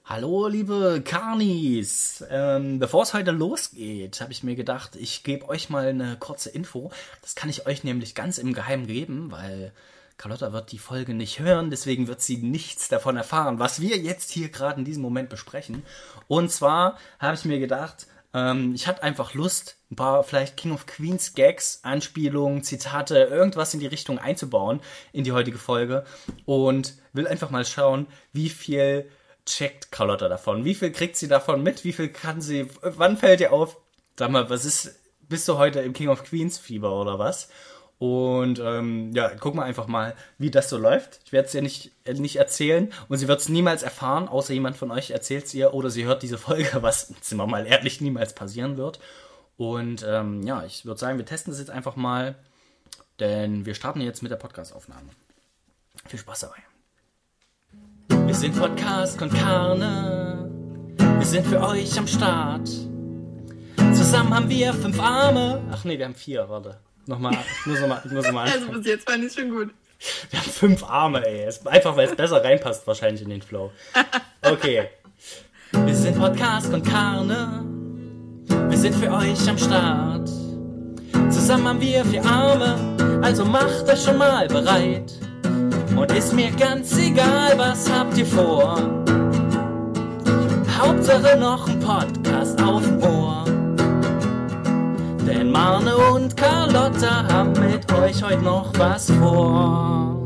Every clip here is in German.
Hallo, liebe Carnies. Bevor es heute losgeht, habe ich mir gedacht, ich gebe euch mal eine kurze Info. Das kann ich euch nämlich ganz im Geheimen geben, weil Carlotta wird die Folge nicht hören, deswegen wird sie nichts davon erfahren, was wir jetzt hier gerade in diesem Moment besprechen. Und zwar habe ich mir gedacht, ich hatte einfach Lust, ein paar vielleicht King of Queens Gags, Anspielungen, Zitate, irgendwas in die Richtung einzubauen in die heutige Folge und will einfach mal schauen, wie viel checkt Carlotta davon? Wie viel kriegt sie davon mit? Wie viel kann sie, wann fällt ihr auf? Sag mal, bist du heute im King of Queens Fieber oder was? Und gucken wir einfach mal, wie das so läuft. Ich werde es ihr nicht erzählen und sie wird es niemals erfahren, außer jemand von euch erzählt es ihr oder sie hört diese Folge, was, sind wir mal ehrlich, niemals passieren wird. Und ich würde sagen, wir testen das jetzt einfach mal, denn wir starten jetzt mit der Podcast-Aufnahme. Viel Spaß dabei. Wir sind Podcast con Carne, wir sind für euch am Start. Zusammen haben wir 5 Arme. Ach nee, wir haben 4, warte. Nochmal, ich muss nochmal Also bis jetzt fand ich schon gut. Wir haben 5 Arme, ey. Einfach, weil es besser reinpasst wahrscheinlich in den Flow. Okay. Wir sind Podcast con Carne, wir sind für euch am Start. Zusammen haben wir 4 Arme, also macht euch schon mal bereit. Und ist mir ganz egal, was habt ihr vor. Hauptsache noch ein Podcast auf dem Ohr. Denn Marne und Carlotta haben mit euch heute noch was vor.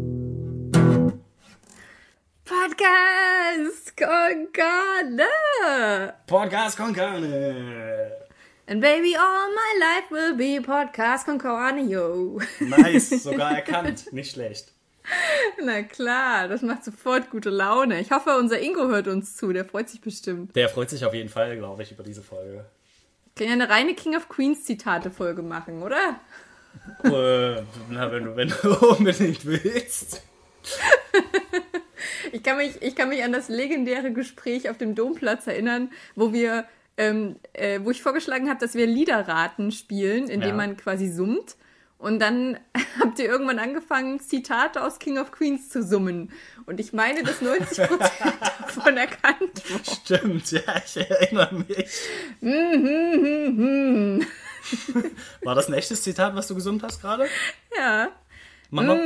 Podcast con Carne. Podcast con Carne. And baby, all my life will be Podcast con Carne, yo. Nice, sogar erkannt. Nicht schlecht. Na klar, das macht sofort gute Laune. Ich hoffe, unser Ingo hört uns zu, der freut sich bestimmt. Der freut sich auf jeden Fall, glaube ich, über diese Folge. Wir können ja eine reine King of Queens Zitate-Folge machen, oder? Wenn du unbedingt willst. Ich kann mich an das legendäre Gespräch auf dem Domplatz erinnern, wo ich vorgeschlagen habe, dass wir Liederraten spielen, indem man quasi summt. Und dann habt ihr irgendwann angefangen, Zitate aus King of Queens zu summen. Und ich meine, dass 90% davon erkannt wurden. Stimmt, ja, ich erinnere mich. War das ein echtes Zitat, was du gesummt hast gerade? Ja. Mach mal.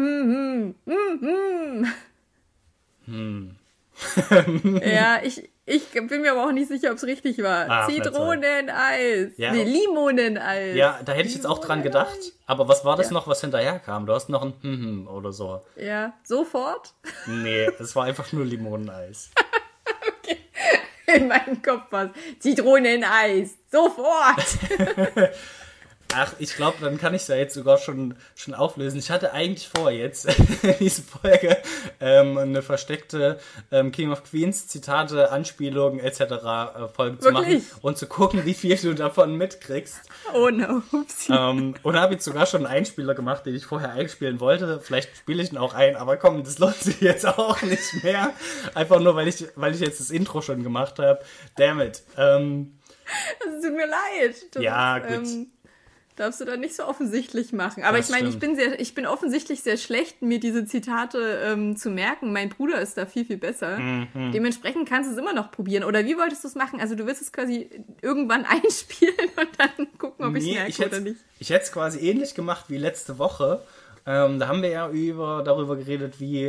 Ja, ich bin mir aber auch nicht sicher, ob es richtig war. Zitroneneis. Ja. Nee, Limoneneis. Ja, da hätte ich jetzt auch dran gedacht. Aber was war das noch, was hinterher kam? Du hast noch ein oder so. Ja, sofort? Nee, es war einfach nur Limoneneis. Okay. In meinem Kopf war es Zitroneneis. Sofort. Ach, ich glaube, dann kann ich es ja jetzt sogar schon auflösen. Ich hatte eigentlich vor, jetzt in dieser Folge eine versteckte King of Queens Zitate, Anspielungen etc. Folge zu machen und zu gucken, wie viel du davon mitkriegst. Oh no. Und habe jetzt sogar schon einen Einspieler gemacht, den ich vorher einspielen wollte. Vielleicht spiele ich ihn auch ein, aber komm, das lohnt sich jetzt auch nicht mehr. Einfach nur, weil ich jetzt das Intro schon gemacht habe. Damn it. Es tut mir leid. Ja, gut. Darfst du da nicht so offensichtlich machen. Aber das ich meine, ich bin offensichtlich sehr schlecht, mir diese Zitate zu merken. Mein Bruder ist da viel, viel besser. Mhm. Dementsprechend kannst du es immer noch probieren. Oder wie wolltest du es machen? Also du willst es quasi irgendwann einspielen und dann gucken, ob ich es merke oder nicht. Ich hätte es quasi ähnlich gemacht wie letzte Woche. Da haben wir ja darüber geredet, wie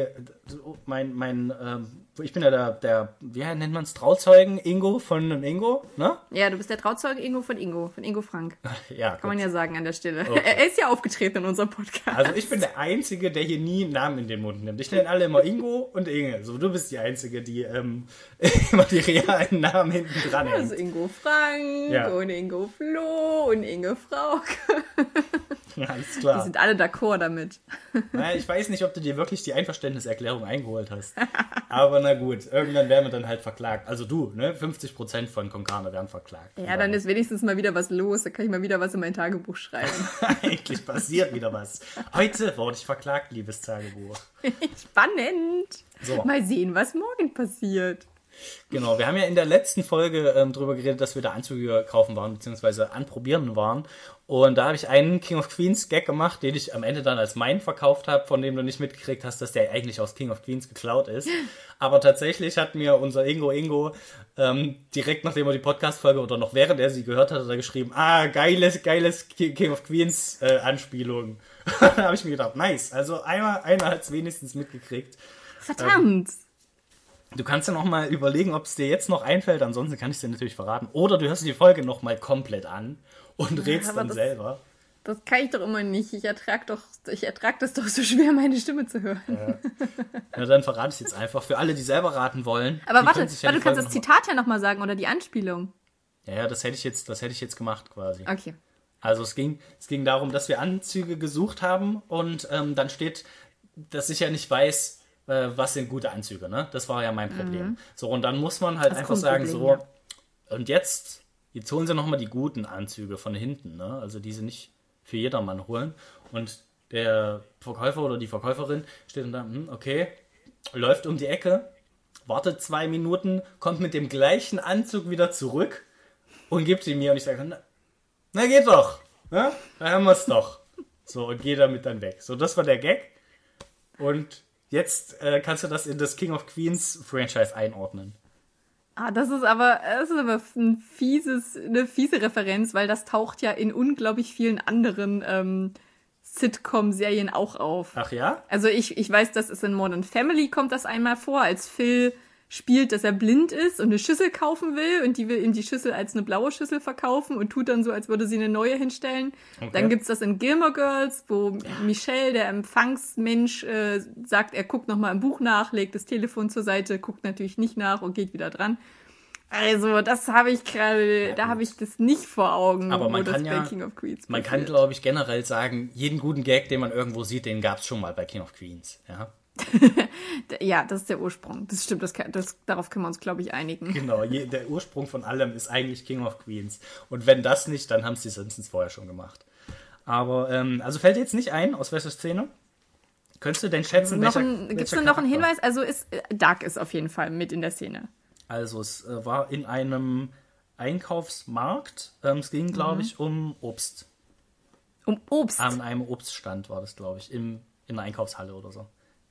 ich bin ja der wie nennt man es, Trauzeugen Ingo von Ingo, ne? Ja, du bist der Trauzeuge Ingo von Ingo Frank. Ja, kann man ja sagen an der Stelle. Okay. Er ist ja aufgetreten in unserem Podcast. Also ich bin der Einzige, der hier nie einen Namen in den Mund nimmt. Ich nenne alle immer Ingo und Inge. So, du bist die Einzige, die immer die realen Namen hinten dran hängt. Also Ingo Frank und Ingo Flo und Inge Frauke. Ja, alles klar. Die sind alle d'accord damit. Naja, ich weiß nicht, ob du dir wirklich die Einverständniserklärung eingeholt hast. Aber na gut, irgendwann werden wir dann halt verklagt. Also du, ne? 50% von Konkane werden verklagt. Ja, dann ist wenigstens mal wieder was los. Da kann ich mal wieder was in mein Tagebuch schreiben. Eigentlich passiert wieder was. Heute wurde ich verklagt, liebes Tagebuch. Spannend. So. Mal sehen, was morgen passiert. Genau, wir haben ja in der letzten Folge drüber geredet, dass wir da Anzüge kaufen waren, beziehungsweise anprobieren waren. Und da habe ich einen King of Queens Gag gemacht, den ich am Ende dann als meinen verkauft habe, von dem du nicht mitgekriegt hast, dass der eigentlich aus King of Queens geklaut ist. Aber tatsächlich hat mir unser Ingo direkt nachdem er die Podcast-Folge oder noch während er sie gehört hat, hat er geschrieben, geiles King of Queens Anspielung. Da habe ich mir gedacht, nice. Also einer hat es wenigstens mitgekriegt. Verdammt! Du kannst ja noch mal überlegen, ob es dir jetzt noch einfällt. Ansonsten kann ich es dir natürlich verraten. Oder du hörst die Folge noch mal komplett an und redst dann selber. Das kann ich doch immer nicht. Ich ertrag das doch so schwer, meine Stimme zu hören. Ja, dann verrate ich es jetzt einfach. Für alle, die selber raten wollen. Aber warte, du kannst das Zitat ja noch mal sagen oder die Anspielung. Ja, das hätte ich jetzt gemacht quasi. Okay. Also es ging darum, dass wir Anzüge gesucht haben und dann steht, dass ich ja nicht weiß, was sind gute Anzüge, ne? Das war ja mein Problem. So, und dann muss man halt das einfach sagen, so, ja. Und jetzt holen sie nochmal die guten Anzüge von hinten, ne? Also die sie nicht für jedermann holen. Und der Verkäufer oder die Verkäuferin steht dann da, okay, läuft um die Ecke, wartet 2 Minuten, kommt mit dem gleichen Anzug wieder zurück und gibt ihn mir. Und ich sage, na geht doch, ne? Da haben wir es doch. So, und gehe damit dann weg. So, das war der Gag. Und jetzt kannst du das in das King of Queens Franchise einordnen. Das ist aber eine fiese Referenz, weil das taucht ja in unglaublich vielen anderen Sitcom-Serien auch auf. Ach ja? Also ich weiß, dass es in Modern Family kommt das einmal vor, als Phil spielt, dass er blind ist und eine Schüssel kaufen will und die will ihm die Schüssel als eine blaue Schüssel verkaufen und tut dann so, als würde sie eine neue hinstellen. Okay. Dann gibt's das in Gilmore Girls, wo Michelle, der Empfangsmensch, sagt, er guckt nochmal im Buch nach, legt das Telefon zur Seite, guckt natürlich nicht nach und geht wieder dran. Also, das habe ich gerade, da habe ich das nicht vor Augen. Aber man kann ja, King of Queens man kann, glaube ich, generell sagen, jeden guten Gag, den man irgendwo sieht, den gab's schon mal bei King of Queens, ja. Ja, das ist der Ursprung. Das stimmt, darauf können wir uns, glaube ich, einigen. Genau, der Ursprung von allem ist eigentlich King of Queens. Und wenn das nicht, dann haben es die Simpsons vorher schon gemacht. Aber, also fällt dir jetzt nicht ein, aus welcher Szene? Könntest du denn schätzen, Gibt es denn noch einen Hinweis? Also Doug ist auf jeden Fall mit in der Szene. Also es war in einem Einkaufsmarkt. Es ging, glaube ich, um Obst. Um Obst? An einem Obststand war das, glaube ich, in einer Einkaufshalle oder so.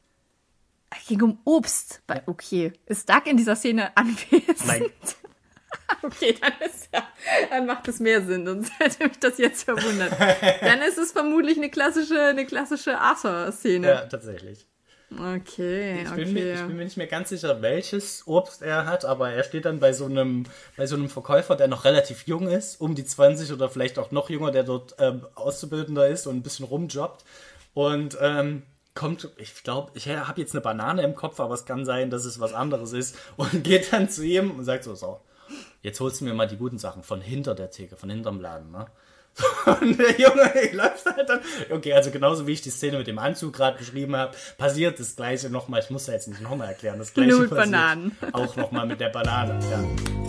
Es ging um Obst. Ja. Okay. Ist Doug in dieser Szene anwesend? Nein. Okay, dann macht es mehr Sinn, sonst hätte mich das jetzt verwundert. Dann ist es vermutlich eine klassische Arthur-Szene. Ja, tatsächlich. Okay, ich bin mir nicht mehr ganz sicher, welches Obst er hat, aber er steht dann bei so einem Verkäufer, der noch relativ jung ist, um die 20 oder vielleicht auch noch jünger, der dort Auszubildender ist und ein bisschen rumjobbt. Und ich glaube, ich habe jetzt eine Banane im Kopf, aber es kann sein, dass es was anderes ist. Und geht dann zu ihm und sagt so, jetzt holst du mir mal die guten Sachen von hinter der Theke, von hinterm Laden, ne? Und der Junge läuft halt dann. Okay, also genauso wie ich die Szene mit dem Anzug gerade beschrieben habe, passiert das Gleiche nochmal. Ich muss da jetzt nicht nochmal erklären. Das Gleiche passiert Bananen. Auch nochmal mit der Banane. Ja.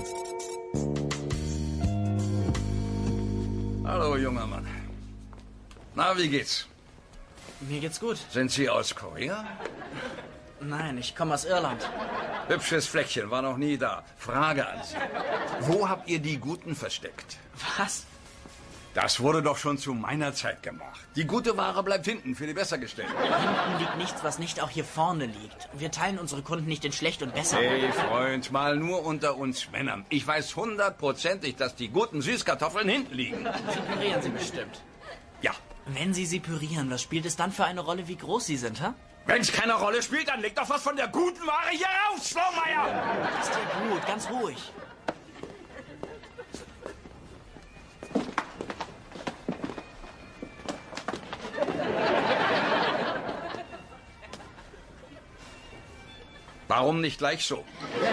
Hallo, junger Mann. Na, wie geht's? Mir geht's gut. Sind Sie aus Korea? Nein, ich komme aus Irland. Hübsches Fleckchen, war noch nie da. Frage an Sie. Wo habt ihr die Guten versteckt? Was? Das wurde doch schon zu meiner Zeit gemacht. Die gute Ware bleibt hinten für die Bessergestellten. Hinten liegt nichts, was nicht auch hier vorne liegt. Wir teilen unsere Kunden nicht in schlecht und besser. Hey, Freund, mal nur unter uns Männern. Ich weiß 100%ig, dass die guten Süßkartoffeln hinten liegen. Sie pürieren sie bestimmt. Ja. Wenn Sie sie pürieren, was spielt es dann für eine Rolle, wie groß sie sind, ha? Wenn es keine Rolle spielt, dann leg doch was von der guten Ware hier raus, Schlaumeier! Ist ja gut, ganz ruhig. Warum nicht gleich so?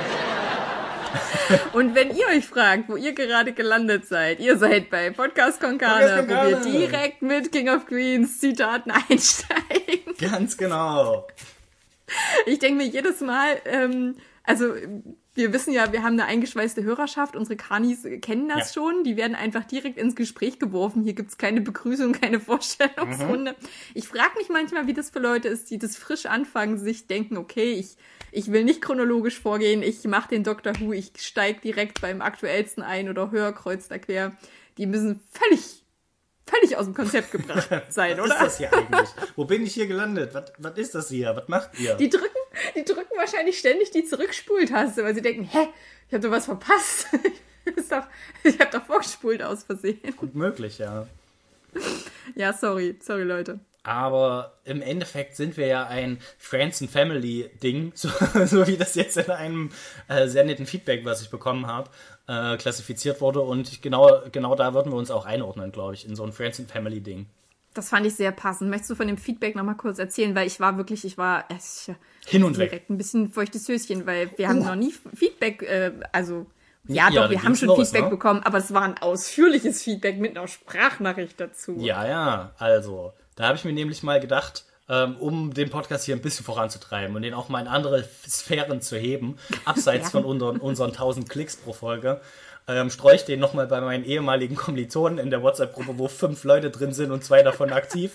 Und wenn ihr euch fragt, wo ihr gerade gelandet seid, ihr seid bei Podcast Konkane, wo wir direkt mit King of Queens Zitaten einsteigen. Ganz genau. Ich denke mir jedes Mal, Also wir wissen ja, wir haben eine eingeschweißte Hörerschaft, unsere Kanis kennen das schon, die werden einfach direkt ins Gespräch geworfen, hier gibt's keine Begrüßung, keine Vorstellungsrunde. Ich frage mich manchmal, wie das für Leute ist, die das frisch anfangen, sich denken, okay, ich will nicht chronologisch vorgehen, ich mache den Doctor Who, ich steige direkt beim aktuellsten ein oder höre kreuz da quer. Die müssen völlig aus dem Konzept gebracht sein, oder? Was ist das hier eigentlich? Wo bin ich hier gelandet? Was ist das hier? Was macht ihr? Die drücken wahrscheinlich ständig die Zurückspultaste, weil sie denken, hä, ich habe doch was verpasst. Ich habe doch vorgespult aus Versehen. Gut möglich, ja. Ja, sorry Leute. Aber im Endeffekt sind wir ja ein Friends and Family Ding, so wie das jetzt in einem sehr netten Feedback, was ich bekommen habe, klassifiziert wurde. Und genau da würden wir uns auch einordnen, glaube ich, in so ein Friends and Family Ding. Das fand ich sehr passend. Möchtest du von dem Feedback nochmal kurz erzählen? Weil ich war hin und weg. Direkt ein bisschen feuchtes Höschen, weil wir haben noch nie Feedback, wir haben schon Feedback bekommen, aber es war ein ausführliches Feedback mit einer Sprachnachricht dazu. Ja, also, da habe ich mir nämlich mal gedacht, um den Podcast hier ein bisschen voranzutreiben und den auch mal in andere Sphären zu heben, abseits von unseren 1000 Klicks pro Folge, streue ich den nochmal bei meinen ehemaligen Kommilitonen in der WhatsApp-Gruppe, wo 5 Leute drin sind und 2 davon aktiv.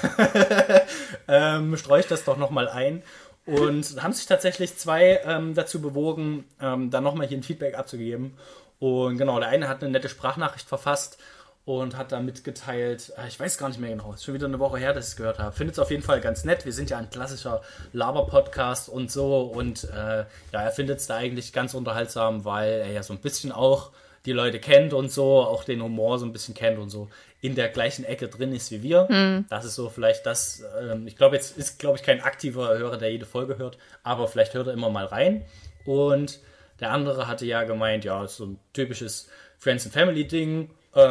Streue ich das doch nochmal ein. Und haben sich tatsächlich 2 dazu bewogen, dann nochmal hier ein Feedback abzugeben. Und genau, der eine hat eine nette Sprachnachricht verfasst und hat da mitgeteilt, ich weiß gar nicht mehr genau, ist schon wieder eine Woche her, dass ich es gehört habe. Findet es auf jeden Fall ganz nett. Wir sind ja ein klassischer Laber-Podcast und so. Und er findet es da eigentlich ganz unterhaltsam, weil er ja so ein bisschen auch die Leute kennt und so, auch den Humor so ein bisschen kennt und so in der gleichen Ecke drin ist wie wir. Das ist so vielleicht das, ich glaube, jetzt ist, glaube ich, kein aktiver Hörer, der jede Folge hört, aber vielleicht hört er immer mal rein. Und der andere hatte ja gemeint, ja, ist so ein typisches Friends and Family Ding.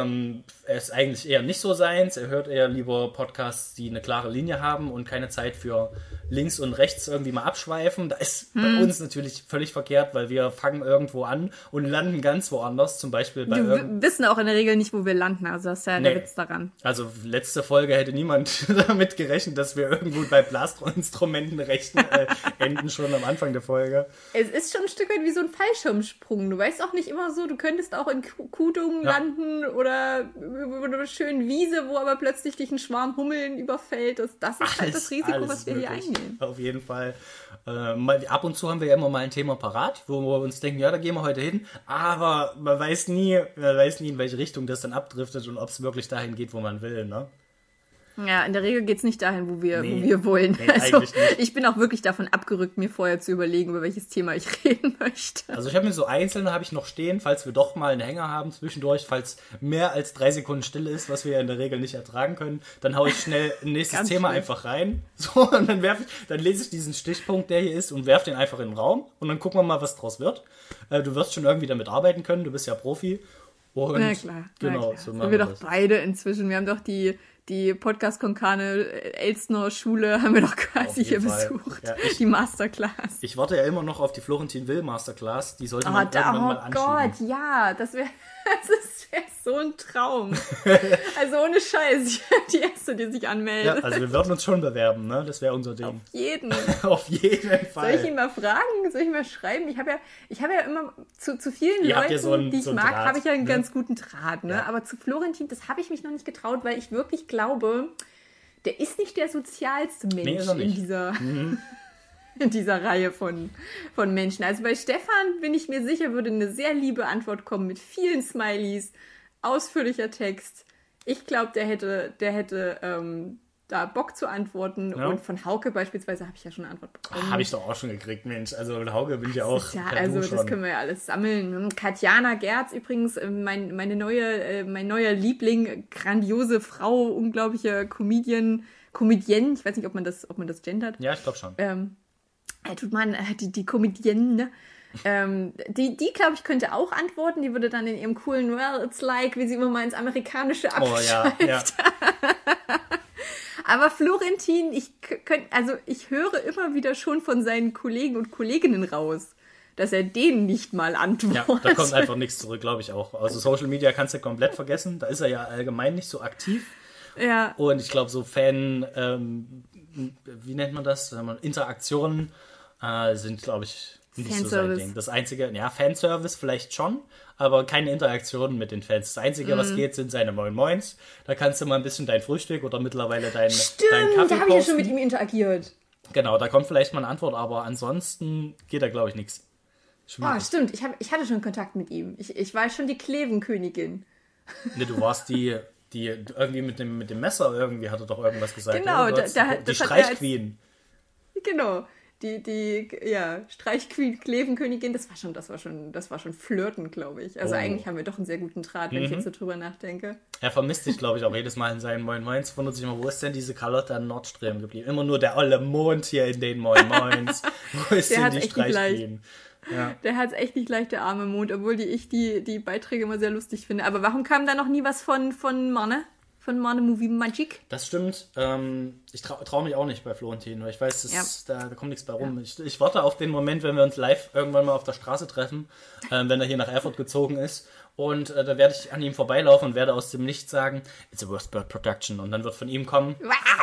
Er ist eigentlich eher nicht so seins. Er hört eher lieber Podcasts, die eine klare Linie haben und keine Zeit für links und rechts irgendwie mal abschweifen. Da ist bei uns natürlich völlig verkehrt, weil wir fangen irgendwo an und landen ganz woanders. Zum Beispiel bei Wir wissen auch in der Regel nicht, wo wir landen. Also das ist ja der Witz daran. Also letzte Folge hätte niemand damit gerechnet, dass wir irgendwo bei Blasinstrumenten enden schon am Anfang der Folge. Es ist schon ein Stück weit wie so ein Fallschirmsprung. Du weißt auch nicht immer so, du könntest auch in Kudung landen oder über eine schöne Wiese, wo aber plötzlich dich ein Schwarm Hummeln überfällt. Das ist halt das Risiko, was wir hier eingehen. Auf jeden Fall. Ab und zu haben wir ja immer mal ein Thema parat, wo wir uns denken, ja, da gehen wir heute hin. Aber man weiß nie, in welche Richtung das dann abdriftet und ob es wirklich dahin geht, wo man will, ne? Ja, in der Regel geht's nicht dahin, wo wir wollen. Nee, also eigentlich nicht. ich bin auch wirklich davon abgerückt, mir vorher zu überlegen, über welches Thema ich reden möchte. Also ich habe mir so einzelne habe ich noch stehen, falls wir doch mal einen Hänger haben zwischendurch, falls mehr als 3 Sekunden Stille ist, was wir ja in der Regel nicht ertragen können, dann haue ich schnell ein nächstes Thema einfach rein. So, und dann lese ich diesen Stichpunkt, der hier ist, und werfe den einfach in den Raum und dann gucken wir mal, was draus wird. Du wirst schon irgendwie damit arbeiten können, du bist ja Profi. Und na klar. Genau, so machen wir doch beide inzwischen. Wir haben doch die Podcast-Konkane Elstner Schule haben wir doch quasi hier besucht. Ja, die Masterclass. Ich warte ja immer noch auf die Florentin Will Masterclass. Die sollte man irgendwann mal anschieben. Oh Gott, ja, das wäre so ein Traum. Also ohne Scheiß, die erste, die sich anmeldet. Ja, also wir würden uns schon bewerben, ne? Das wäre unser Ding. Auf jeden Fall. Soll ich ihn mal fragen? Soll ich ihn mal schreiben? Ich habe ja immer zu vielen Leuten, die ich mag, habe ich ja einen ganz guten Draht, ne? Ja. Aber zu Florentin, das habe ich mich noch nicht getraut, weil ich wirklich glaube, der ist nicht der sozialste Mensch in dieser Reihe von Menschen. Also bei Stefan bin ich mir sicher, würde eine sehr liebe Antwort kommen mit vielen Smileys, ausführlicher Text. Ich glaube, der hätte da Bock zu antworten. Ja. Und von Hauke beispielsweise habe ich ja schon eine Antwort bekommen. Habe ich doch auch schon gekriegt, Mensch. Also mit Hauke bin ich ja auch. Ja, also das können wir ja alles sammeln. Katjana Gerz übrigens, mein neuer Liebling, grandiose Frau, unglaubliche Comedienne. Ich weiß nicht, ob man das gendert. Ja, ich glaube schon. Die Comedienne, die glaube ich, könnte auch antworten. Die würde dann in ihrem coolen Well, it's like, wie sie immer mal ins Amerikanische abschweift. Oh, ja. Aber Florentin, ich höre immer wieder schon von seinen Kollegen und Kolleginnen raus, dass er denen nicht mal antwortet. Ja, da kommt einfach nichts zurück, glaube ich auch. Also Social Media kannst du komplett vergessen. Da ist er ja allgemein nicht so aktiv. Ja. Und ich glaube, so wie nennt man das? Interaktionen sind, glaube ich, nicht so sein Ding. Das Einzige, ja, Fanservice vielleicht schon, aber keine Interaktion mit den Fans. Das Einzige, was geht, sind seine Moin Moins. Da kannst du mal ein bisschen dein Frühstück oder mittlerweile deinen Kaffee da habe ich ja schon mit ihm interagiert. Genau, da kommt vielleicht mal eine Antwort, aber ansonsten geht da, glaube ich, nichts. Oh, stimmt, ich hatte schon Kontakt mit ihm. Ich war schon die Klevenkönigin. Ne, du warst die irgendwie mit dem Messer irgendwie hat er doch irgendwas gesagt. Genau, die Streichqueen. Genau, die Streichqueen, Klevenkönigin, das war schon Flirten, glaube ich. Also eigentlich haben wir doch einen sehr guten Draht, wenn ich jetzt so drüber nachdenke. Er vermisst sich, glaube ich, auch jedes Mal in seinen Moin Moins. Wundert sich immer, wo ist denn diese Carlotta Nordström geblieben? Immer nur der olle Mond hier in den Moin Moins. Wo ist denn die Streichqueen? Ja. Der hat es echt nicht leicht, der arme Mond, obwohl die Beiträge immer sehr lustig finde. Aber warum kam da noch nie was von Marne? Von Marne Movie Magic? Das stimmt. Ich trau mich auch nicht bei Florentin, weil ich weiß, da kommt nichts bei rum. Ja. Ich warte auf den Moment, wenn wir uns live irgendwann mal auf der Straße treffen, wenn er hier nach Erfurt gezogen ist. Und da werde ich an ihm vorbeilaufen und werde aus dem Nichts sagen, it's a Worst Bird Production. Und dann wird von ihm kommen...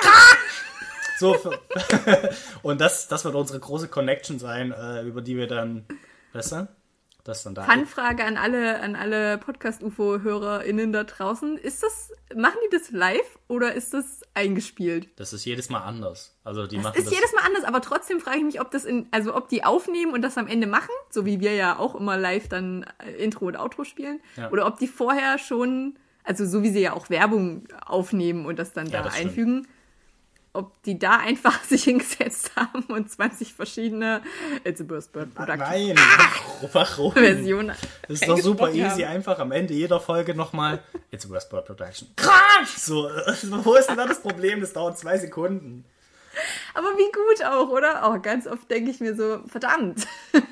So, und das wird unsere große Connection sein, über die wir dann besser. Das dann da. Fanfrage an alle Podcast-UFO-HörerInnen da draußen. Machen die das live oder ist das eingespielt? Das ist jedes Mal anders. Also jedes Mal anders, aber trotzdem frage ich mich, ob die aufnehmen und das am Ende machen, so wie wir ja auch immer live dann Intro und Outro spielen, oder ob die vorher schon, also so wie sie ja auch Werbung aufnehmen und das dann da einfügen. Stimmt. Ob die da einfach sich hingesetzt haben und 20 verschiedene It's a Burst Bird Production. Nein, warum? Versionen. Das ist doch super easy, einfach am Ende jeder Folge nochmal It's a Burst Bird Production. So, wo ist denn da das Problem? Das dauert 2 Sekunden. Aber wie gut auch, oder? Oh, ganz oft denke ich mir so, verdammt.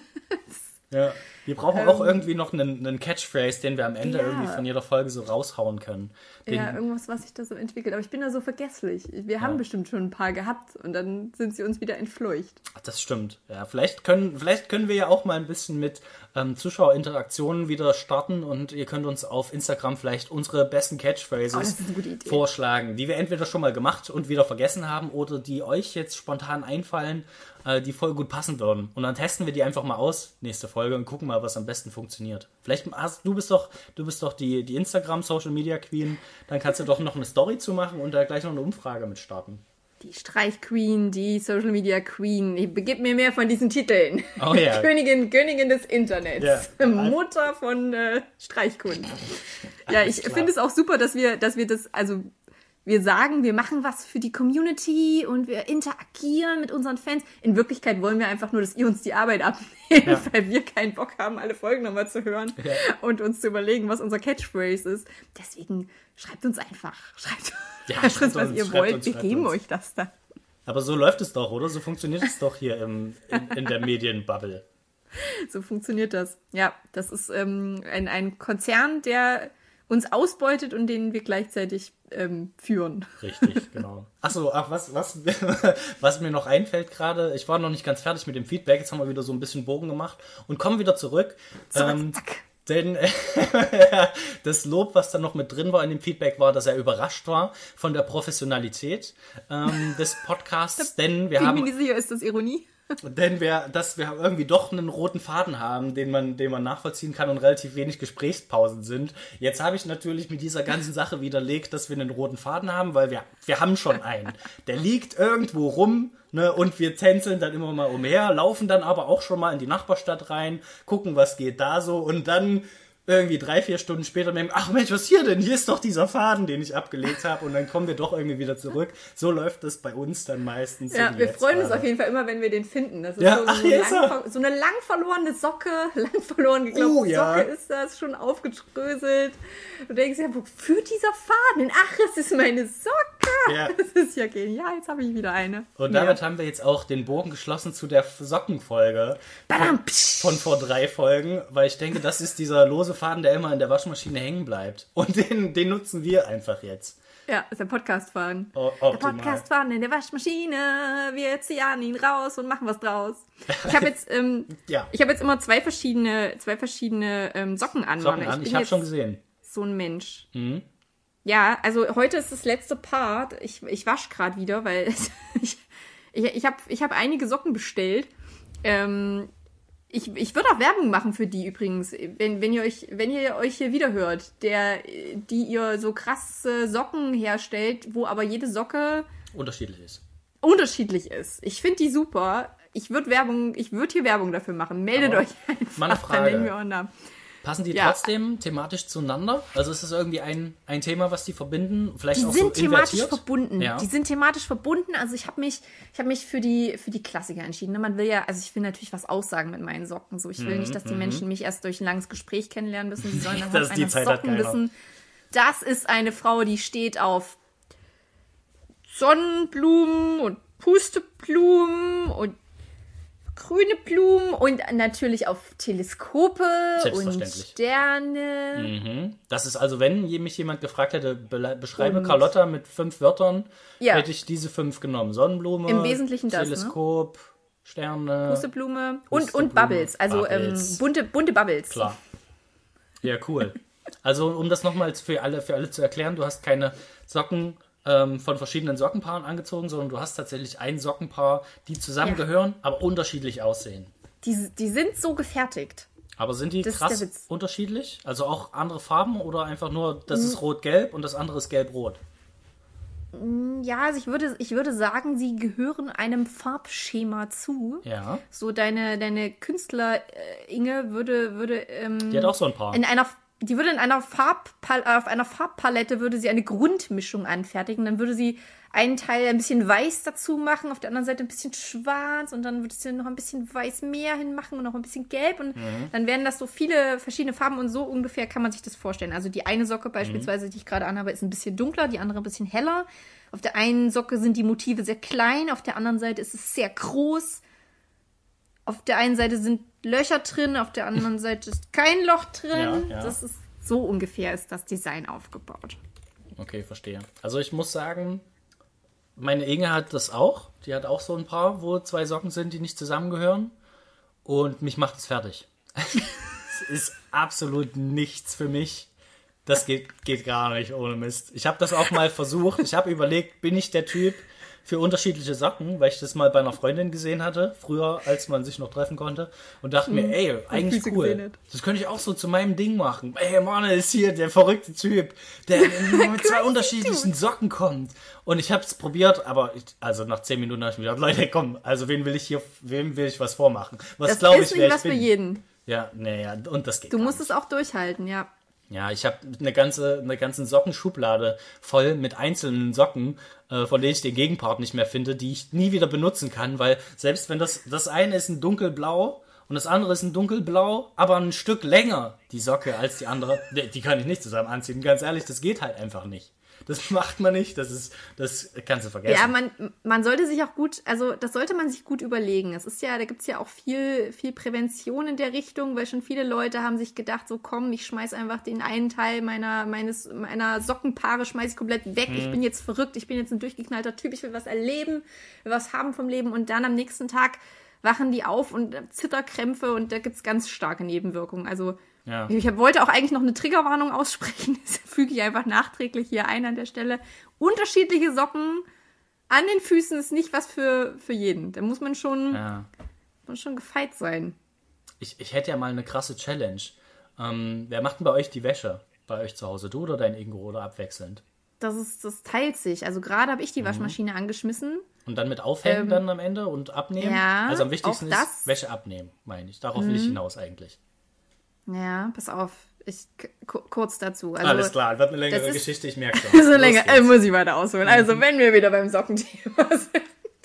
Ja, wir brauchen auch irgendwie noch einen Catchphrase, den wir am Ende irgendwie von jeder Folge so raushauen können. Irgendwas, was sich da so entwickelt. Aber ich bin da so vergesslich. Wir haben bestimmt schon ein paar gehabt und dann sind sie uns wieder entfleucht. Ach, das stimmt. Ja, vielleicht können wir ja auch mal ein bisschen mit Zuschauerinteraktionen wieder starten und ihr könnt uns auf Instagram vielleicht unsere besten Catchphrases vorschlagen, die wir entweder schon mal gemacht und wieder vergessen haben oder die euch jetzt spontan einfallen, die voll gut passen würden. Und dann testen wir die einfach mal aus, nächste Folge, und gucken mal, was am besten funktioniert. Vielleicht du bist doch die Instagram Social Media Queen, dann kannst du doch noch eine Story zu machen und da gleich noch eine Umfrage mit starten. Die Streichqueen, die Social Media Queen. Gib mir mehr von diesen Titeln. Oh ja. Königin des Internets. Ja. Mutter von Streichkunst. Ja, ich finde es auch super, dass wir das, also wir sagen, wir machen was für die Community und wir interagieren mit unseren Fans. In Wirklichkeit wollen wir einfach nur, dass ihr uns die Arbeit abnehmt, weil wir keinen Bock haben, alle Folgen nochmal zu hören und uns zu überlegen, was unser Catchphrase ist. Deswegen schreibt uns einfach. Schreibt uns, was ihr wollt. Wir geben euch das dann. Aber so läuft es doch, oder? So funktioniert es doch hier in der Medienbubble. So funktioniert das. Ja, das ist ein Konzern, der uns ausbeutet und den wir gleichzeitig führen. Richtig, genau. Achso, was mir noch einfällt gerade, ich war noch nicht ganz fertig mit dem Feedback, jetzt haben wir wieder so ein bisschen Bogen gemacht und kommen wieder zurück. Denn das Lob, was da noch mit drin war in dem Feedback, war, dass er überrascht war von der Professionalität des Podcasts, denn wir haben... Ich bin mir nicht sicher, ist das Ironie? Denn wir irgendwie doch einen roten Faden haben, den man nachvollziehen kann und relativ wenig Gesprächspausen sind. Jetzt habe ich natürlich mit dieser ganzen Sache widerlegt, dass wir einen roten Faden haben, weil wir haben schon einen. Der liegt irgendwo rum, ne, und wir tänzeln dann immer mal umher, laufen dann aber auch schon mal in die Nachbarstadt rein, gucken, was geht da so und dann irgendwie 3-4 Stunden später merken, ach Mensch, was hier denn? Hier ist doch dieser Faden, den ich abgelegt habe und dann kommen wir doch irgendwie wieder zurück. So läuft das bei uns dann meistens. Ja, wir freuen uns auf jeden Fall immer, wenn wir den finden. Das ist so eine lang verlorene Socke, lang verloren geglaubte Socke ist das, schon aufgedröselt. Du denkst ja, wo führt dieser Faden? Ach, es ist meine Socke. Ja. Das ist ja genial, jetzt habe ich wieder eine. Und damit haben wir jetzt auch den Bogen geschlossen zu der Sockenfolge von vor 3 Folgen, weil ich denke, das ist dieser lose Faden, der immer in der Waschmaschine hängen bleibt. Und den nutzen wir einfach jetzt. Ja, ist der Podcast-Faden. Der Podcast-Faden in der Waschmaschine. Wir ziehen ihn raus und machen was draus. Ich habe jetzt, immer zwei verschiedene Socken an. Ich habe schon gesehen. So ein Mensch. Mhm. Ja, also heute ist das letzte Part. Ich wasche gerade wieder, weil ich hab einige Socken bestellt. Ich würde auch Werbung machen für die übrigens, wenn ihr euch hier wieder hört, die ihr so krasse Socken herstellt, wo aber jede Socke unterschiedlich ist. Ich finde die super. Ich würde hier Werbung dafür machen. Meldet euch einfach. Mal eine Frage. Dann nennen wir euren Namen. Passen die trotzdem thematisch zueinander? Also ist es irgendwie ein Thema, was die verbinden? Vielleicht auch so invertiert? Die sind thematisch verbunden. Ja. Die sind thematisch verbunden. Also ich habe mich für die Klassiker entschieden. Man will ja, also ich will natürlich was aussagen mit meinen Socken. So, ich will nicht, dass die Menschen mich erst durch ein langes Gespräch kennenlernen müssen. Sie sollen anhand einer Socken wissen. Das ist eine Frau, die steht auf Sonnenblumen und Pusteblumen und grüne Blumen und natürlich auf Teleskope und Sterne. Das ist also, wenn mich jemand gefragt hätte, beschreibe Carlotta mit 5 Wörtern, hätte ich diese 5 genommen. Sonnenblume, im Wesentlichen Teleskop, Sterne, Pusteblume und Bubbles. Also bunte Bubbles. Klar. Ja, cool. Also, um das nochmals für alle zu erklären, du hast keine Socken von verschiedenen Sockenpaaren angezogen, sondern du hast tatsächlich ein Sockenpaar, die zusammengehören, aber unterschiedlich aussehen. Die sind so gefertigt. Aber sind die krass unterschiedlich? Also auch andere Farben oder einfach nur, das ist rot-gelb und das andere ist gelb-rot? Ja, also ich würde sagen, sie gehören einem Farbschema zu. Ja. So deine Künstler Inge würde die hat auch so ein Paar. Die würde auf einer Farbpalette würde sie eine Grundmischung anfertigen. Dann würde sie einen Teil ein bisschen weiß dazu machen, auf der anderen Seite ein bisschen schwarz und dann würde sie noch ein bisschen weiß mehr hinmachen und noch ein bisschen gelb und dann wären das so viele verschiedene Farben und so ungefähr kann man sich das vorstellen. Also die eine Socke beispielsweise, die ich gerade anhabe, ist ein bisschen dunkler, die andere ein bisschen heller. Auf der einen Socke sind die Motive sehr klein, auf der anderen Seite ist es sehr groß. Auf der einen Seite sind Löcher drin, auf der anderen Seite ist kein Loch drin. Ja. Das ist so ungefähr ist das Design aufgebaut. Okay, verstehe. Also ich muss sagen, meine Inge hat das auch. Die hat auch so ein Paar, wo 2 Socken sind, die nicht zusammengehören. Und mich macht es fertig. Es ist absolut nichts für mich. Das geht gar nicht ohne Mist. Ich habe das auch mal versucht. Ich habe überlegt, bin ich der Typ für unterschiedliche Socken, weil ich das mal bei einer Freundin gesehen hatte, früher, als man sich noch treffen konnte, und dachte mir, ey, eigentlich cool. Das könnte ich auch so zu meinem Ding machen. Ey, Mann, ist hier der verrückte Typ, der mit 2 unterschiedlichen Socken kommt. Und ich habe es probiert, aber also nach 10 Minuten habe ich mir gedacht, Leute, komm, also wem will ich was vormachen? Was glaube ich, wer ich bin? Das ist nicht was für jeden. Ja, naja, und das geht Du musst es auch durchhalten, ja. Ja, ich habe eine ganze Sockenschublade voll mit einzelnen Socken, von denen ich den Gegenpart nicht mehr finde, die ich nie wieder benutzen kann, weil selbst wenn das eine ist ein dunkelblau und das andere ist ein dunkelblau, aber ein Stück länger, die Socke, als die andere, die kann ich nicht zusammen anziehen. Ganz ehrlich, das geht halt einfach nicht. Das macht man nicht, das kannst du vergessen. Ja, man sollte sich auch das sollte man sich gut überlegen. Es ist ja, da gibt's ja auch viel Prävention in der Richtung, weil schon viele Leute haben sich gedacht, so komm, ich schmeiß einfach den einen Teil meiner Sockenpaare schmeiß ich komplett weg. Ich bin jetzt verrückt, ich bin jetzt ein durchgeknallter Typ, ich will was erleben, will was haben vom Leben und dann am nächsten Tag wachen die auf und Zitterkrämpfe und da gibt's ganz starke Nebenwirkungen. Also ja. Ich wollte auch eigentlich noch eine Triggerwarnung aussprechen. Das füge ich einfach nachträglich hier ein an der Stelle. Unterschiedliche Socken an den Füßen ist nicht was für jeden. Da muss man schon gefeit sein. Ich hätte ja mal eine krasse Challenge. Wer macht denn bei euch die Wäsche? Bei euch zu Hause? Du oder dein Ingo oder abwechselnd? Das teilt sich. Also gerade habe ich die Waschmaschine angeschmissen. Und dann mit Aufhängen dann am Ende und abnehmen? Ja, also am wichtigsten ist Wäsche abnehmen, meine ich. Darauf will ich hinaus eigentlich. Ja, pass auf. Kurz dazu. Also, alles klar, wird eine längere Geschichte, ich merke schon. So länger, muss ich weiter ausholen. Also, wenn wir wieder beim Sockenthema sind.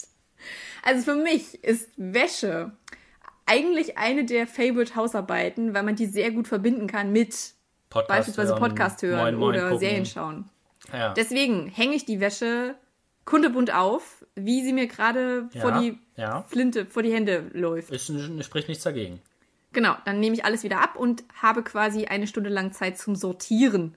Also für mich ist Wäsche eigentlich eine der Favorite-Hausarbeiten, weil man die sehr gut verbinden kann mit beispielsweise Podcast hören oder Serien schauen. Ja. Deswegen hänge ich die Wäsche kunterbunt auf, wie sie mir gerade vor die Flinte, vor die Hände läuft. Spricht nichts dagegen. Genau, dann nehme ich alles wieder ab und habe quasi 1 Stunde lang Zeit zum Sortieren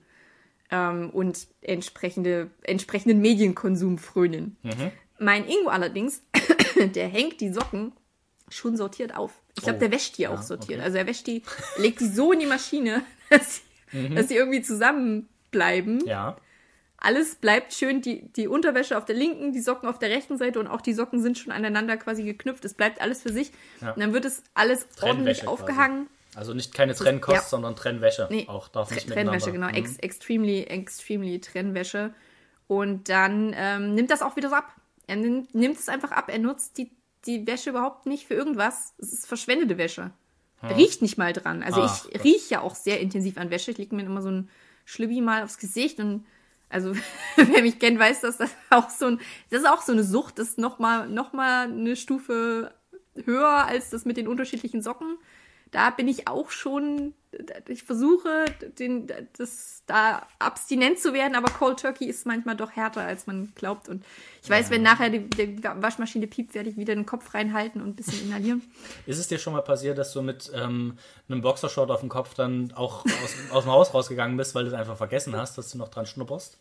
und entsprechenden Medienkonsum frönen. Mein Ingo allerdings, der hängt die Socken schon sortiert auf. Ich glaube, der wäscht die auch sortiert. Okay. Also er legt die so in die Maschine, dass sie irgendwie zusammenbleiben. Ja. alles bleibt schön, die Unterwäsche auf der linken, die Socken auf der rechten Seite und auch die Socken sind schon aneinander quasi geknüpft. Es bleibt alles für sich. Ja. Und dann wird es alles ordentlich aufgehangen. Quasi. Also nicht keine Trennkost, sondern Trennwäsche. Nee, auch darf nicht Trennwäsche, genau. Extremely Trennwäsche. Und dann nimmt das auch wieder so ab. Er nimmt es einfach ab. Er nutzt die Wäsche überhaupt nicht für irgendwas. Es ist verschwendete Wäsche. Riecht nicht mal dran. Also ich rieche ja auch sehr intensiv an Wäsche. Ich lege mir immer so ein Schlübbi mal aufs Gesicht und also wer mich kennt, weiß, dass das auch so eine Sucht. Das ist noch mal eine Stufe höher als das mit den unterschiedlichen Socken. Da bin ich auch schon, ich versuche, da abstinent zu werden, aber Cold Turkey ist manchmal doch härter, als man glaubt. Und ich weiß, wenn nachher die Waschmaschine piept, werde ich wieder den Kopf reinhalten und ein bisschen inhalieren. Ist es dir schon mal passiert, dass du mit einem Boxershort auf dem Kopf dann auch aus dem Haus rausgegangen bist, weil du es einfach vergessen hast, dass du noch dran schnupperst?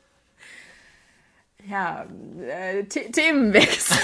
Ja, Themenwechsel.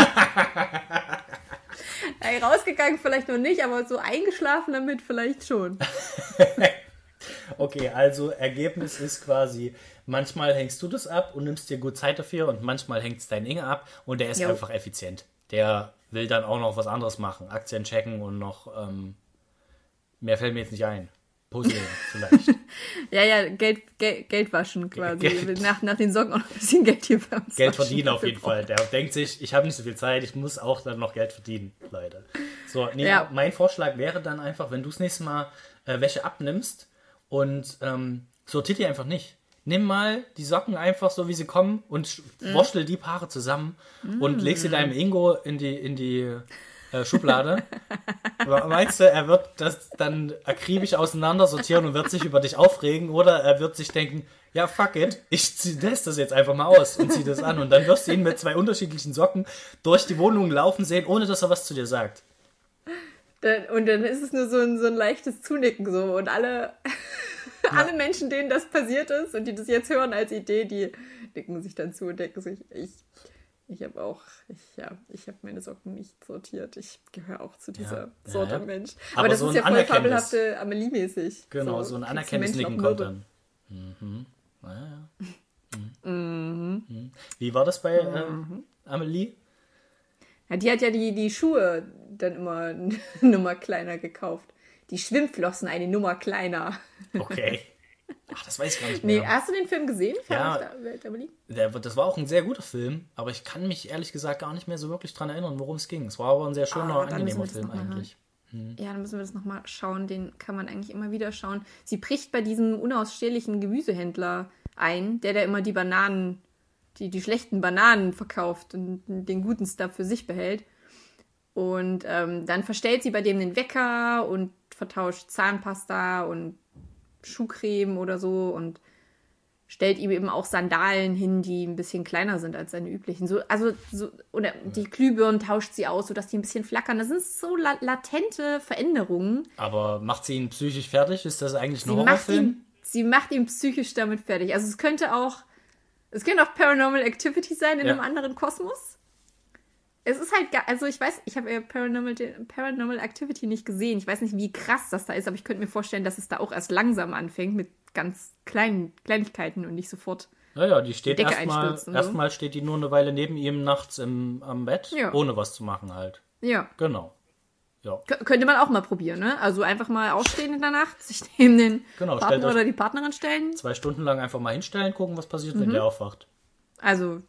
Rausgegangen vielleicht noch nicht, aber so eingeschlafen damit vielleicht schon. Okay, also Ergebnis ist quasi, manchmal hängst du das ab und nimmst dir gut Zeit dafür und manchmal hängt es dein Inge ab und der ist einfach effizient. Der will dann auch noch was anderes machen, Aktien checken und noch, mehr fällt mir jetzt nicht ein. Puzzle vielleicht. Ja, Geld waschen quasi. Nach den Socken auch noch ein bisschen Geld hier bei uns Geld verdienen auf jeden Fall. Der denkt sich, ich habe nicht so viel Zeit, ich muss auch dann noch Geld verdienen, Leute. So, mein Vorschlag wäre dann einfach, wenn du das nächste Mal Wäsche abnimmst und sortiert die einfach nicht. Nimm mal die Socken einfach so, wie sie kommen und wurschtel die Paare zusammen und leg sie deinem Ingo in die Schublade. Meinst du, er wird das dann akribisch auseinander sortieren und wird sich über dich aufregen oder er wird sich denken, ja fuck it, ich lässt das jetzt einfach mal aus und zieh das an und dann wirst du ihn mit 2 unterschiedlichen Socken durch die Wohnung laufen sehen, ohne dass er was zu dir sagt. Und dann ist es nur so ein leichtes Zunicken so und alle Menschen, denen das passiert ist und die das jetzt hören als Idee, die nicken sich dann zu und denken sich, ich habe meine Socken nicht sortiert. Ich gehöre auch zu dieser Sorte Mensch. Aber das so ist ja voll fabelhafte Amelie-mäßig. Genau, so ein Anerkennungsnicken kommt dann. Wie war das bei Amelie? Ja, die hat ja die Schuhe dann immer eine Nummer kleiner gekauft. Die Schwimmflossen eine Nummer kleiner. Okay. Ach, das weiß ich gar nicht mehr. Nee, hast du den Film gesehen? Das war auch ein sehr guter Film, aber ich kann mich ehrlich gesagt gar nicht mehr so wirklich dran erinnern, worum es ging. Es war aber ein sehr schöner, angenehmer Film eigentlich. Ja, dann müssen wir das nochmal schauen. Den kann man eigentlich immer wieder schauen. Sie bricht bei diesem unausstehlichen Gemüsehändler ein, der immer die Bananen, die schlechten Bananen verkauft und den guten Stuff für sich behält. Und dann verstellt sie bei dem den Wecker und vertauscht Zahnpasta und Schuhcreme oder so und stellt ihm eben auch Sandalen hin, die ein bisschen kleiner sind als seine üblichen. Oder die Glühbirnen tauscht sie aus, sodass die ein bisschen flackern. Das sind so latente Veränderungen. Aber macht sie ihn psychisch fertig? Ist das eigentlich ein Horrorfilm? Sie macht ihn psychisch damit fertig. Also es könnte auch Paranormal Activity sein in einem anderen Kosmos. Es ist halt, also ich weiß, ich habe ja Paranormal Activity nicht gesehen. Ich weiß nicht, wie krass das da ist, aber ich könnte mir vorstellen, dass es da auch erst langsam anfängt mit ganz kleinen Kleinigkeiten und nicht sofort. Naja, die steht erstmal steht die nur eine Weile neben ihm nachts am Bett, ohne was zu machen halt. Ja. Genau. Ja. Könnte man auch mal probieren, ne? Also einfach mal aufstehen in der Nacht, sich neben den Partner oder die Partnerin stellen. 2 Stunden lang einfach mal hinstellen, gucken, was passiert, wenn der aufwacht. Also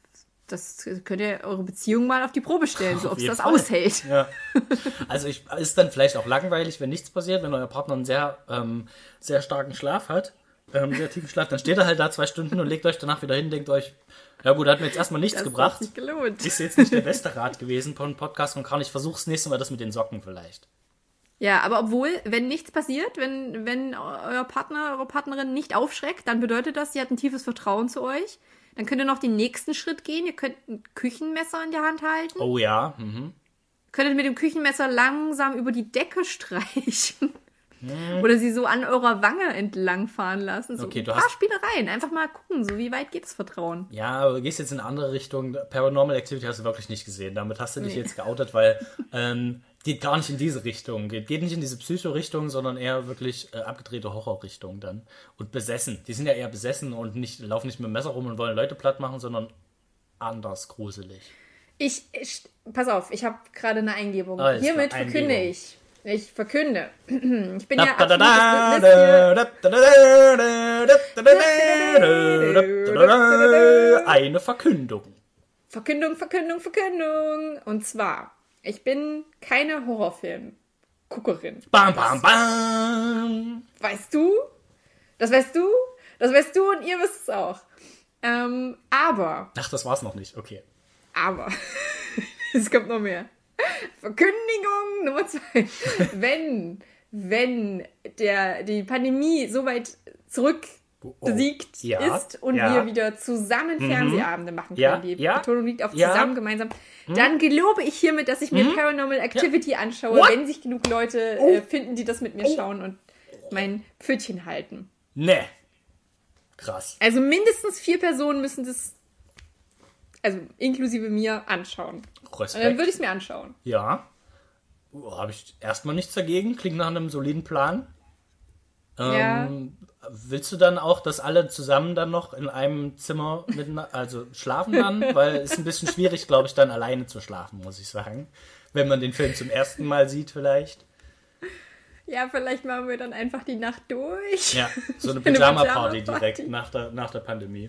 das könnt ihr eure Beziehung mal auf die Probe stellen, so ob es das aushält. Ja. Also ist dann vielleicht auch langweilig, wenn nichts passiert, wenn euer Partner einen sehr, sehr starken Schlaf hat, sehr tiefen Schlaf, dann steht er halt da 2 Stunden und legt euch danach wieder hin, denkt euch, ja gut, hat mir jetzt erstmal nichts gebracht. Nicht gelohnt. Ist jetzt nicht der beste Rat gewesen von Podcast von Karl. Ich versuche das nächste Mal das mit den Socken vielleicht. Ja, aber obwohl, wenn nichts passiert, wenn euer Partner, eure Partnerin nicht aufschreckt, dann bedeutet das, sie hat ein tiefes Vertrauen zu euch. Dann könnt ihr noch den nächsten Schritt gehen. Ihr könnt ein Küchenmesser in der Hand halten. Oh ja. Könntet mit dem Küchenmesser langsam über die Decke streichen. Oder sie so an eurer Wange entlang fahren lassen. So okay, ein paar Spielereien. Einfach mal gucken, so wie weit geht das Vertrauen. Ja, aber du gehst jetzt in eine andere Richtung. Paranormal Activity hast du wirklich nicht gesehen. Damit hast du dich jetzt geoutet, weil Geht gar nicht in diese Richtung. Geht nicht in diese Psycho-Richtung, sondern eher wirklich abgedrehte Horror-Richtung dann. Und besessen. Die sind ja eher besessen und laufen nicht mit dem Messer rum und wollen Leute platt machen, sondern anders gruselig. Pass auf, ich habe gerade eine Eingebung. Alles klar, Hiermit verkünde Eingebung. ich verkünde. Ich bin ja absolut eine Verkündung. Verkündung. Und zwar, ich bin keine Horrorfilm-Guckerin. Bam, bam, bam. Weißt du? Das weißt du? Das weißt du und ihr wisst es auch. Aber, Ach, das war's noch nicht. Okay. es kommt noch mehr. Verkündigung Nummer 2. Wenn die Pandemie so weit besiegt ist und wir wieder zusammen Fernsehabende machen können, die Betonung liegt auf zusammen, gemeinsam, dann gelobe ich hiermit, dass ich mir Paranormal Activity anschaue, wenn sich genug Leute finden, die das mit mir schauen und mein Pfötchen halten. Nee. Krass. Also mindestens 4 Personen müssen das, also inklusive mir, anschauen. Respekt. Und dann würde ich es mir anschauen. Ja. Habe ich erstmal nichts dagegen. Klingt nach einem soliden Plan. Ja. Willst du dann auch, dass alle zusammen dann noch in einem Zimmer also schlafen dann? Weil es ist ein bisschen schwierig, glaube ich, dann alleine zu schlafen, muss ich sagen. Wenn man den Film zum ersten Mal sieht vielleicht. Ja, vielleicht machen wir dann einfach die Nacht durch. Ja, so eine Pyjama-Party direkt nach der Pandemie.